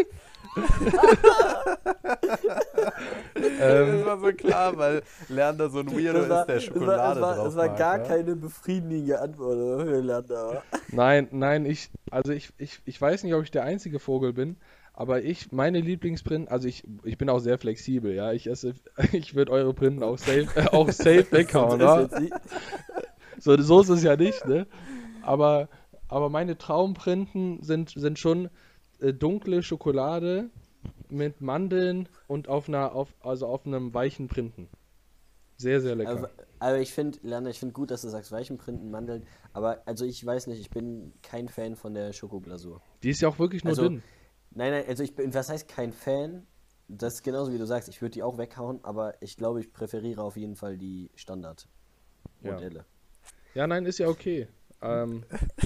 das ähm, war so klar, weil Lerner so ein Weirdo das war, ist, der es war, Schokolade es war, drauf es war mag, gar ja? keine befriedigende Antwort für Lander. nein, nein, ich, also ich, ich, ich weiß nicht, ob ich der einzige Vogel bin, Aber ich, meine Lieblingsprinten, also ich, ich bin auch sehr flexibel, ja. Ich esse, ich würde eure Printen auch safe, äh, auch safe weghauen, So ist wa? jetzt nicht. So, so ist es ja nicht, ne? Aber, aber meine Traumprinten sind, sind schon äh, dunkle Schokolade mit Mandeln und auf einer, auf, also auf einem weichen Printen. Sehr, sehr lecker. Aber, aber ich finde, Lerner, ich finde gut, dass du sagst Weichenprinten, Mandeln. Aber also ich weiß nicht, ich bin kein Fan von der Schokoglasur. Die ist ja auch wirklich nur Also, dünn. nein, nein, also ich bin, was heißt kein Fan? Das ist genauso wie du sagst, ich würde die auch weghauen, aber ich glaube, ich präferiere auf jeden Fall die Ja. Standardmodelle. Ja, nein, ist ja okay. Ähm,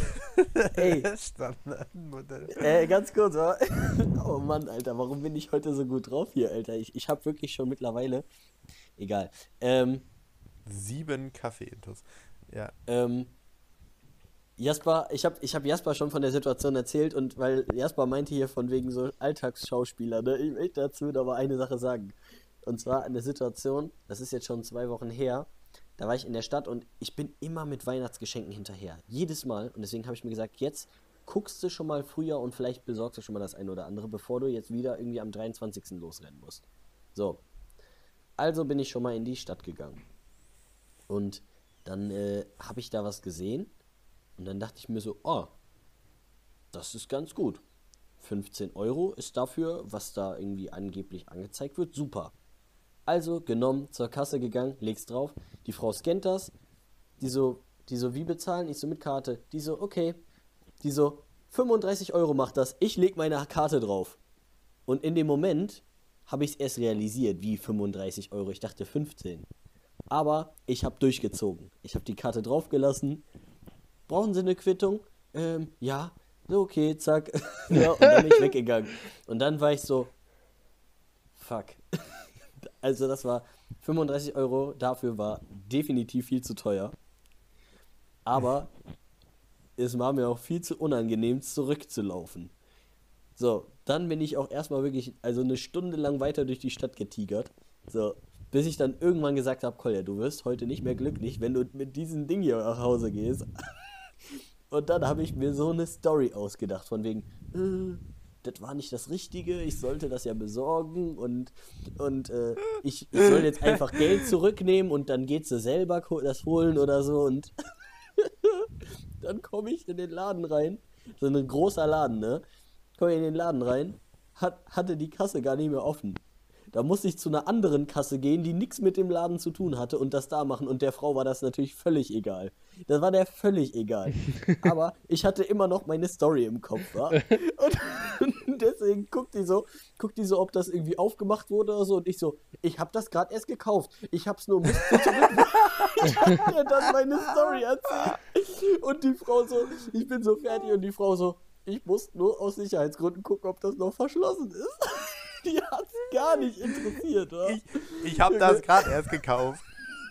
Ey, Standardmodell. äh, ganz kurz, wa? Oh Mann, Alter, warum bin ich heute so gut drauf hier, Alter? Ich, ich habe wirklich schon mittlerweile, egal. Ähm, Sieben Kaffee-Intus. Ja. ähm, Jasper, ich habe ich hab Jasper schon von der Situation erzählt und weil Jasper meinte hier von wegen so Alltagsschauspieler, ne? Ich möchte dazu aber eine Sache sagen. Und zwar eine Situation, das ist jetzt schon zwei Wochen her, da war ich in der Stadt und ich bin immer mit Weihnachtsgeschenken hinterher. Jedes Mal. Und deswegen habe ich mir gesagt, jetzt guckst du schon mal früher und vielleicht besorgst du schon mal das eine oder andere, bevor du jetzt wieder irgendwie am dreiundzwanzigsten losrennen musst. So, also bin ich schon mal in die Stadt gegangen. Und dann äh, habe ich da was gesehen und dann dachte ich mir so, oh, das ist ganz gut. fünfzehn Euro ist dafür, was da irgendwie angeblich angezeigt wird, super. Also genommen, zur Kasse gegangen, leg's drauf. Die Frau scannt das. Die so, die so, wie bezahlen? Ich so, mit Karte. Die so, okay. Die so, fünfunddreißig Euro macht das. Ich leg meine Karte drauf. Und in dem Moment habe ich es erst realisiert, wie fünfunddreißig Euro. Ich dachte fünfzehn. Aber ich habe durchgezogen. Ich habe die Karte draufgelassen. Brauchen Sie eine Quittung? Ähm, ja. So, okay, zack. Ja, und dann bin ich weggegangen. Und dann war ich so, fuck. Also das war fünfunddreißig Euro, dafür war definitiv viel zu teuer. Aber es war mir auch viel zu unangenehm, zurückzulaufen. So, dann bin ich auch erstmal wirklich, also eine Stunde lang weiter durch die Stadt getigert. So, bis ich dann irgendwann gesagt habe, Kolja, du wirst heute nicht mehr glücklich, wenn du mit diesem Ding hier nach Hause gehst. Und dann habe ich mir so eine Story ausgedacht, von wegen, äh, das war nicht das Richtige, ich sollte das ja besorgen und, und äh, ich, ich soll jetzt einfach Geld zurücknehmen und dann geht sie selber ko- das holen oder so. Und dann komme ich in den Laden rein, so ein großer Laden, ne? Komme in den Laden rein, hat, hatte die Kasse gar nicht mehr offen. Da musste ich zu einer anderen Kasse gehen, die nichts mit dem Laden zu tun hatte und das da machen. Und der Frau war das natürlich völlig egal. Das war der völlig egal. Aber ich hatte immer noch meine Story im Kopf, wa? Und deswegen guckt die so, guckt die so, ob das irgendwie aufgemacht wurde oder so. Und ich so, ich habe das gerade erst gekauft. Ich hab's nur Mist zurück. Ich hab mir dann meine Story erzählt. Und die Frau so, ich bin so fertig und die Frau so, ich muss nur aus Sicherheitsgründen gucken, ob das noch verschlossen ist. Die hat's gar nicht interessiert, wa? Ich, ich habe das gerade erst gekauft.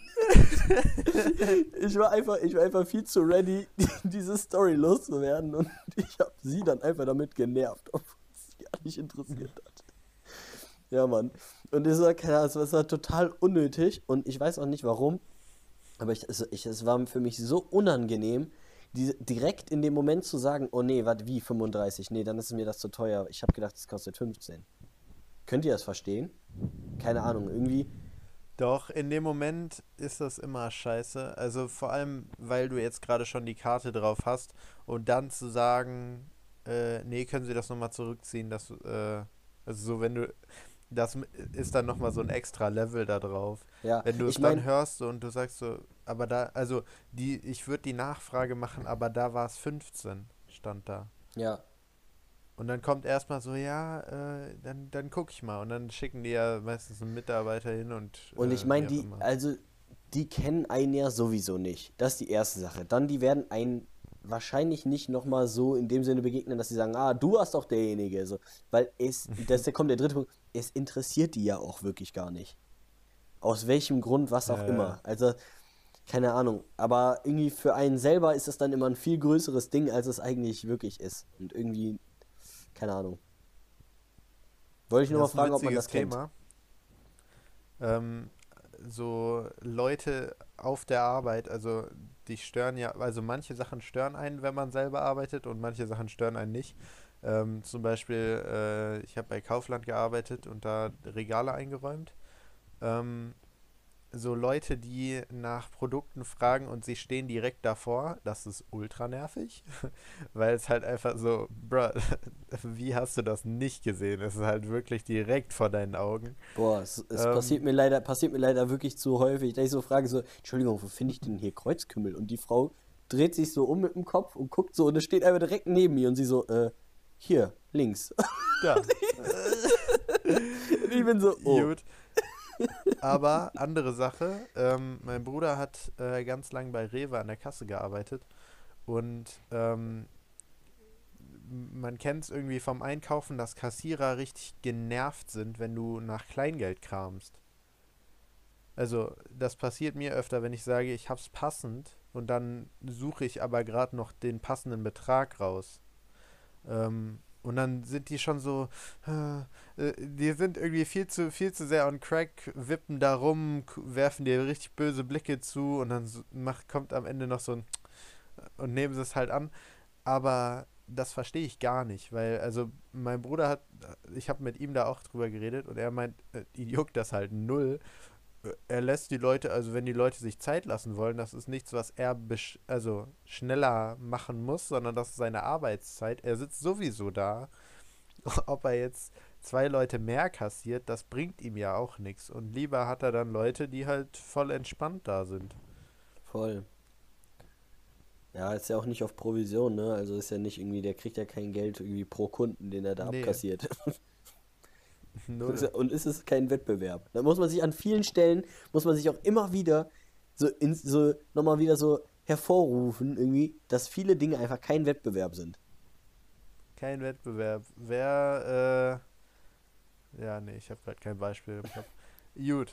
Ich war einfach, ich war einfach viel zu ready, diese Story loszuwerden und ich habe sie dann einfach damit genervt, obwohl es sie gar nicht interessiert hat. Ja, Mann. Und es war, keine Ahnung, es war total unnötig und ich weiß auch nicht warum, aber ich, es, ich, es war für mich so unangenehm, die, direkt in dem Moment zu sagen, oh nee, warte, wie fünfunddreißig? Nee, dann ist mir das zu teuer. Ich habe gedacht, es kostet fünfzehn. Könnt ihr das verstehen? Keine Ahnung, irgendwie. Doch, in dem Moment ist das immer scheiße. Also vor allem, weil du jetzt gerade schon die Karte drauf hast und dann zu sagen, äh, nee, können Sie das nochmal zurückziehen, das, äh, also so, wenn du, das ist dann nochmal so ein extra Level da drauf. Ja, Wenn du es ich dann mein, hörst so, und du sagst so, aber da, also die, ich würde die Nachfrage machen, aber da war es fünfzehn, stand da. ja, Und dann kommt erstmal so, ja, äh, dann, dann guck ich mal. Und dann schicken die ja meistens einen Mitarbeiter hin und und äh, ich meine, wie auch die, immer. also, die kennen einen ja sowieso nicht. Das ist die erste Sache. Dann, die werden einen wahrscheinlich nicht nochmal so in dem Sinne begegnen, dass sie sagen, ah, du warst doch derjenige. So, weil es, das da kommt der dritte Punkt, es interessiert die ja auch wirklich gar nicht. Aus welchem Grund, was auch Ja, immer. ja. Also, keine Ahnung. Aber irgendwie für einen selber ist es dann immer ein viel größeres Ding, als es eigentlich wirklich ist. Und irgendwie, keine Ahnung. Wollte ich nur mal Das ist ein fragen, ob man witziges das kennt. Thema. Ähm, so Leute auf der Arbeit, also die stören ja, also manche Sachen stören einen, wenn man selber arbeitet und manche Sachen stören einen nicht. Ähm, zum Beispiel, äh, ich habe bei Kaufland gearbeitet und da Regale eingeräumt. Ähm, so Leute, die nach Produkten fragen und sie stehen direkt davor, das ist ultra nervig, weil es halt einfach so, bruh, wie hast du das nicht gesehen? Es ist halt wirklich direkt vor deinen Augen. Boah, es, es passiert Ähm, mir leider, passiert mir leider wirklich zu häufig, dass ich so frage, so, Entschuldigung, wo finde ich denn hier Kreuzkümmel? Und die Frau dreht sich so um mit dem Kopf und guckt so und es steht einfach direkt neben mir und sie so, äh, hier, links. da. Und ich bin so, oh. Gut. Aber andere Sache, ähm, mein Bruder hat äh, ganz lang bei Rewe an der Kasse gearbeitet und ähm, man kennt es irgendwie vom Einkaufen, dass Kassierer richtig genervt sind, wenn du nach Kleingeld kramst. Also das passiert mir öfter, wenn ich sage, ich hab's passend und dann suche ich aber gerade noch den passenden Betrag raus. Ähm, und dann sind die schon so, äh, äh, die sind irgendwie viel zu, viel zu sehr on Crack, wippen da rum, k- werfen dir richtig böse Blicke zu und dann so, macht, kommt am Ende noch so ein und nehmen sie es halt an. Aber das verstehe ich gar nicht, weil, also mein Bruder hat, ich habe mit ihm da auch drüber geredet und er meint, äh, ihn juckt das halt null. Äh, Er lässt die Leute, also wenn die Leute sich Zeit lassen wollen, das ist nichts, was er besch also schneller machen muss, sondern das ist seine Arbeitszeit. Er sitzt sowieso da. Ob er jetzt zwei Leute mehr kassiert, das bringt ihm ja auch nichts. Und lieber hat er dann Leute, die halt voll entspannt da sind. Voll. Ja, ist ja auch nicht auf Provision, ne? Also ist ja nicht irgendwie, der kriegt ja kein Geld irgendwie pro Kunden, den er da Nee, abkassiert. Ist ja- null. Und ist es kein Wettbewerb. Da muss man sich an vielen Stellen, muss man sich auch immer wieder so, ins, so nochmal wieder so hervorrufen, irgendwie, dass viele Dinge einfach kein Wettbewerb sind. Kein Wettbewerb. Wer, äh, ja, nee, ich habe gerade kein Beispiel im Kopf. Gut.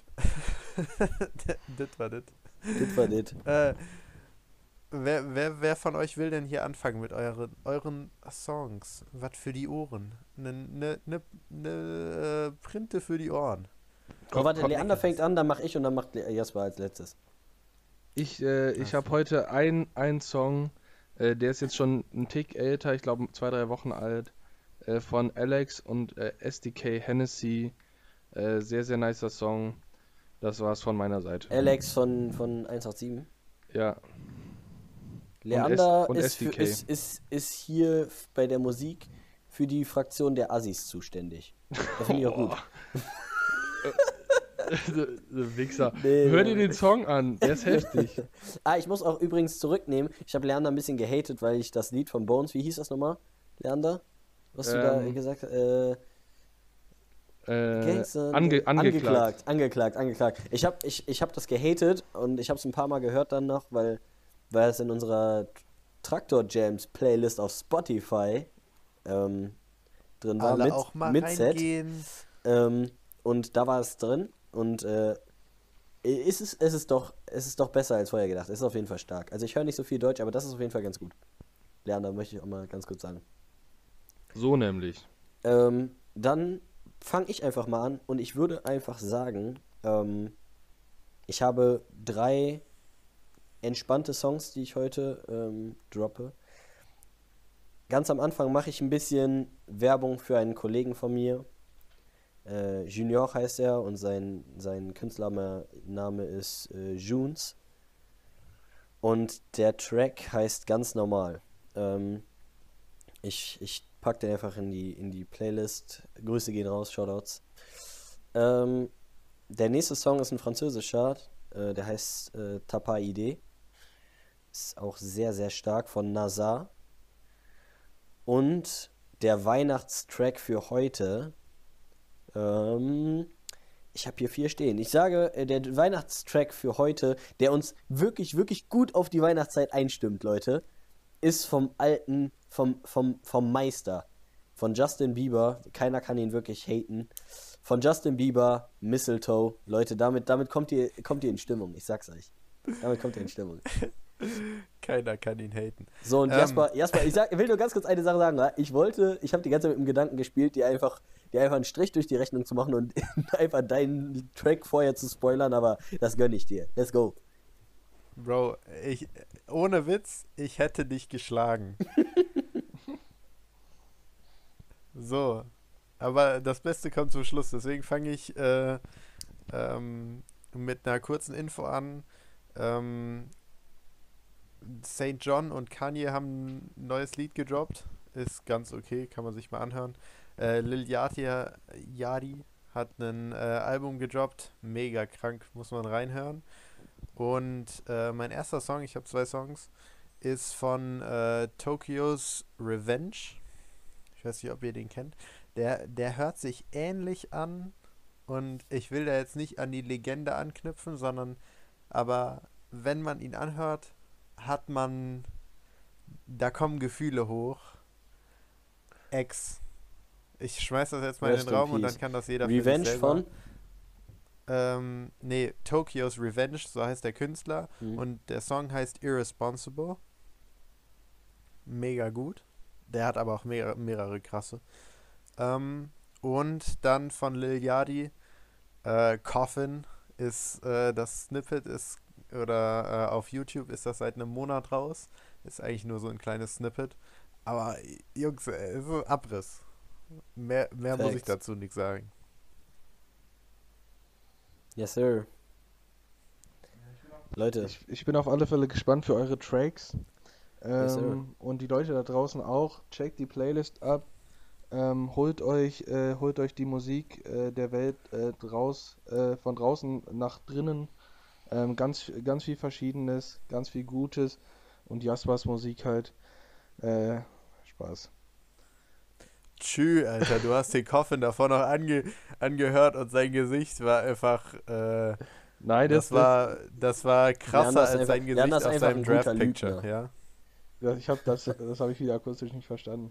Das war das. Das war das. Äh, wer, wer, wer von euch will denn hier anfangen mit euren, euren Songs? Was für die Ohren? Ne, ne, ne, ne äh, Printe für die Ohren. Oh, warte, Komm, Leander Leckeres. fängt an, dann mach ich und dann macht Le- Jasper als letztes. Ich, äh, ich Ach habe so. heute ein, einen Song, äh, der ist jetzt schon ein Tick älter, ich glaube zwei, drei Wochen alt, äh, von Alex und äh, S D K Hennessy. Äh, sehr, sehr nicer Song. Das war's von meiner Seite. Alex von, von eins acht sieben. Ja. Und, S Leander und ist, für, S D K. ist, ist, ist hier f- bei der Musik für die Fraktion der Assis zuständig. Das finde ich auch gut. Du Wichser. Nee, Hör nee. dir den Song an, der ist heftig. Ah, ich muss auch übrigens zurücknehmen. Ich habe Leander ein bisschen gehatet, weil ich das Lied von Bones, wie hieß das nochmal, Leander? Was du da Ähm, gesagt hast? Äh, Äh, Gangster, ange, angeklagt. angeklagt, angeklagt, angeklagt. Ich habe ich, ich hab das gehatet und ich habe es ein paar Mal gehört dann noch, weil, weil es in unserer Traktor Jams Playlist auf Spotify ähm, drin war, Alle mit, auch mal mit Set. reingehen. Ähm, und da war es drin und äh, ist es, es, ist doch, es ist doch besser als vorher gedacht. Es ist auf jeden Fall stark. Also ich höre nicht so viel Deutsch, aber das ist auf jeden Fall ganz gut. Lernen, da möchte ich auch mal ganz kurz sagen. So nämlich. Ähm, dann fange ich einfach mal an und ich würde einfach sagen, ähm, ich habe drei entspannte Songs, die ich heute ähm, droppe. Ganz am Anfang mache ich ein bisschen Werbung für einen Kollegen von mir. Äh, Junior heißt er und sein, sein Künstlername ist äh, Junes. Und der Track heißt ganz normal. Ähm, ich ich packe den einfach in die, in die Playlist. Grüße gehen raus, Shoutouts. Ähm, der nächste Song ist ein französischer. Äh, der heißt äh, Tapa Idee. Ist auch sehr, sehr stark von Nazar. Und der Weihnachtstrack für heute. Ähm, ich habe hier vier stehen. Ich sage, äh, der Weihnachtstrack für heute, der uns wirklich, wirklich gut auf die Weihnachtszeit einstimmt, Leute, ist vom alten, vom, vom, vom Meister. Von Justin Bieber. Keiner kann ihn wirklich haten. Von Justin Bieber, Mistletoe. Leute, damit, damit kommt ihr, kommt ihr in Stimmung. Ich sag's euch. Damit kommt ihr in Stimmung. Keiner kann ihn haten. So, und Ähm, Jasper, Jasper, ich, sag, ich will nur ganz kurz eine Sache sagen. ja. Ich wollte, ich habe die ganze Zeit mit dem Gedanken gespielt, dir einfach, dir einfach einen Strich durch die Rechnung zu machen und einfach deinen Track vorher zu spoilern, aber das gönn ich dir. Let's go. Bro, ich, ohne Witz, ich hätte dich geschlagen. So, aber das Beste kommt zum Schluss. Deswegen fange ich äh, ähm, mit einer kurzen Info an. Ähm, Saint John und Kanye haben ein neues Lied gedroppt. Ist ganz okay, kann man sich mal anhören. Äh, Lil Yachty, Yachty hat ein äh, Album gedroppt. Mega krank, muss man reinhören. Und äh, mein erster Song, ich habe zwei Songs, ist von äh, Tokyo's Revenge. Ich weiß nicht, ob ihr den kennt. Der, der hört sich ähnlich an und ich will da jetzt nicht an die Legende anknüpfen, sondern aber wenn man ihn anhört, hat man, da kommen Gefühle hoch. Ex. Ich schmeiß das jetzt mal Rest in den in Raum und dann peace. kann das jeder für sich Revenge selber. von? Ähm, nee, Tokyo's Revenge, so heißt der Künstler. Hm. Und der Song heißt Irresponsible. Mega gut. Der hat aber auch mehrere, mehrere krasse. Ähm, und dann von Lil Yachty, äh, Coffin ist, äh, das Snippet ist, oder äh, auf YouTube ist das seit einem Monat raus. Ist eigentlich nur so ein kleines Snippet. Aber Jungs, äh, so Abriss. Mehr, mehr muss ich Facts. dazu nicht sagen. Yes, sir. Leute, Ich, ich bin auf alle Fälle gespannt für eure Tracks. Yes, sir. Ähm, und die Leute da draußen auch. Checkt die Playlist ab. Ähm, holt euch, äh, holt euch die Musik äh, der Welt äh, draus, äh, von draußen nach drinnen. Ähm, ganz, ganz viel Verschiedenes, ganz viel Gutes. Und Jaspas Musik halt. Äh, Spaß. Tschü, Alter, du hast den Coffin davor noch ange angehört und sein Gesicht war einfach, äh, Nein, das das, war, das war krasser Leander ist als einfach- sein Gesicht Leander ist auf einfach seinem ein guter Draft Picture, Lügner. ja. das, ich hab das, das habe ich wieder akustisch nicht verstanden.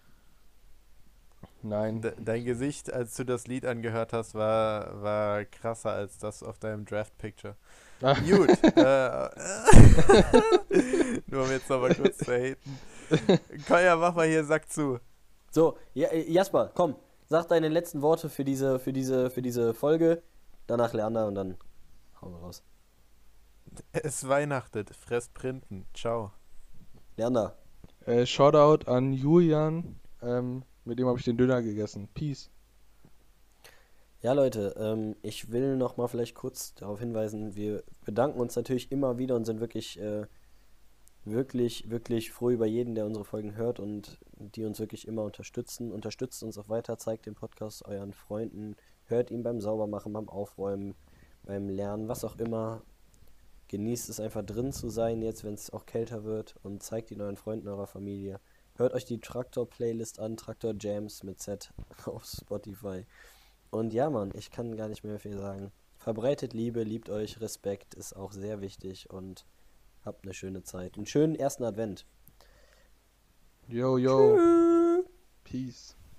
Nein. De dein Gesicht, als du das Lied angehört hast, war, war krasser als das auf deinem Draft Picture. Ah. Gut, äh, nur um jetzt nochmal kurz zu haten. Koya, mach mal hier Sack zu. so, ja, äh, Jasper, komm, sag deine letzten Worte für diese, für diese, für diese Folge. Danach Leander und dann hauen wir raus. Es weihnachtet, fresst Printen. Ciao. Leander, Äh, Shoutout an Julian. Ähm, mit dem habe ich den Döner gegessen. Peace. ja Leute, ähm, ich will noch mal vielleicht kurz darauf hinweisen, wir bedanken uns natürlich immer wieder und sind wirklich, äh, wirklich, wirklich froh über jeden, der unsere Folgen hört und die uns wirklich immer unterstützen. Unterstützt uns auch weiter, zeigt den Podcast euren Freunden, hört ihn beim Saubermachen, beim Aufräumen, beim Lernen, was auch immer. Genießt es einfach drin zu sein, jetzt wenn es auch kälter wird und zeigt ihn euren Freunden, eurer Familie. Hört euch die Traktor-Playlist an, Traktor Jams mit Z auf Spotify. Und ja, Mann, ich kann gar nicht mehr viel sagen. Verbreitet Liebe, liebt euch, Respekt ist auch sehr wichtig und habt eine schöne Zeit. Einen schönen ersten Advent. Yo, yo. Tschüss. Peace.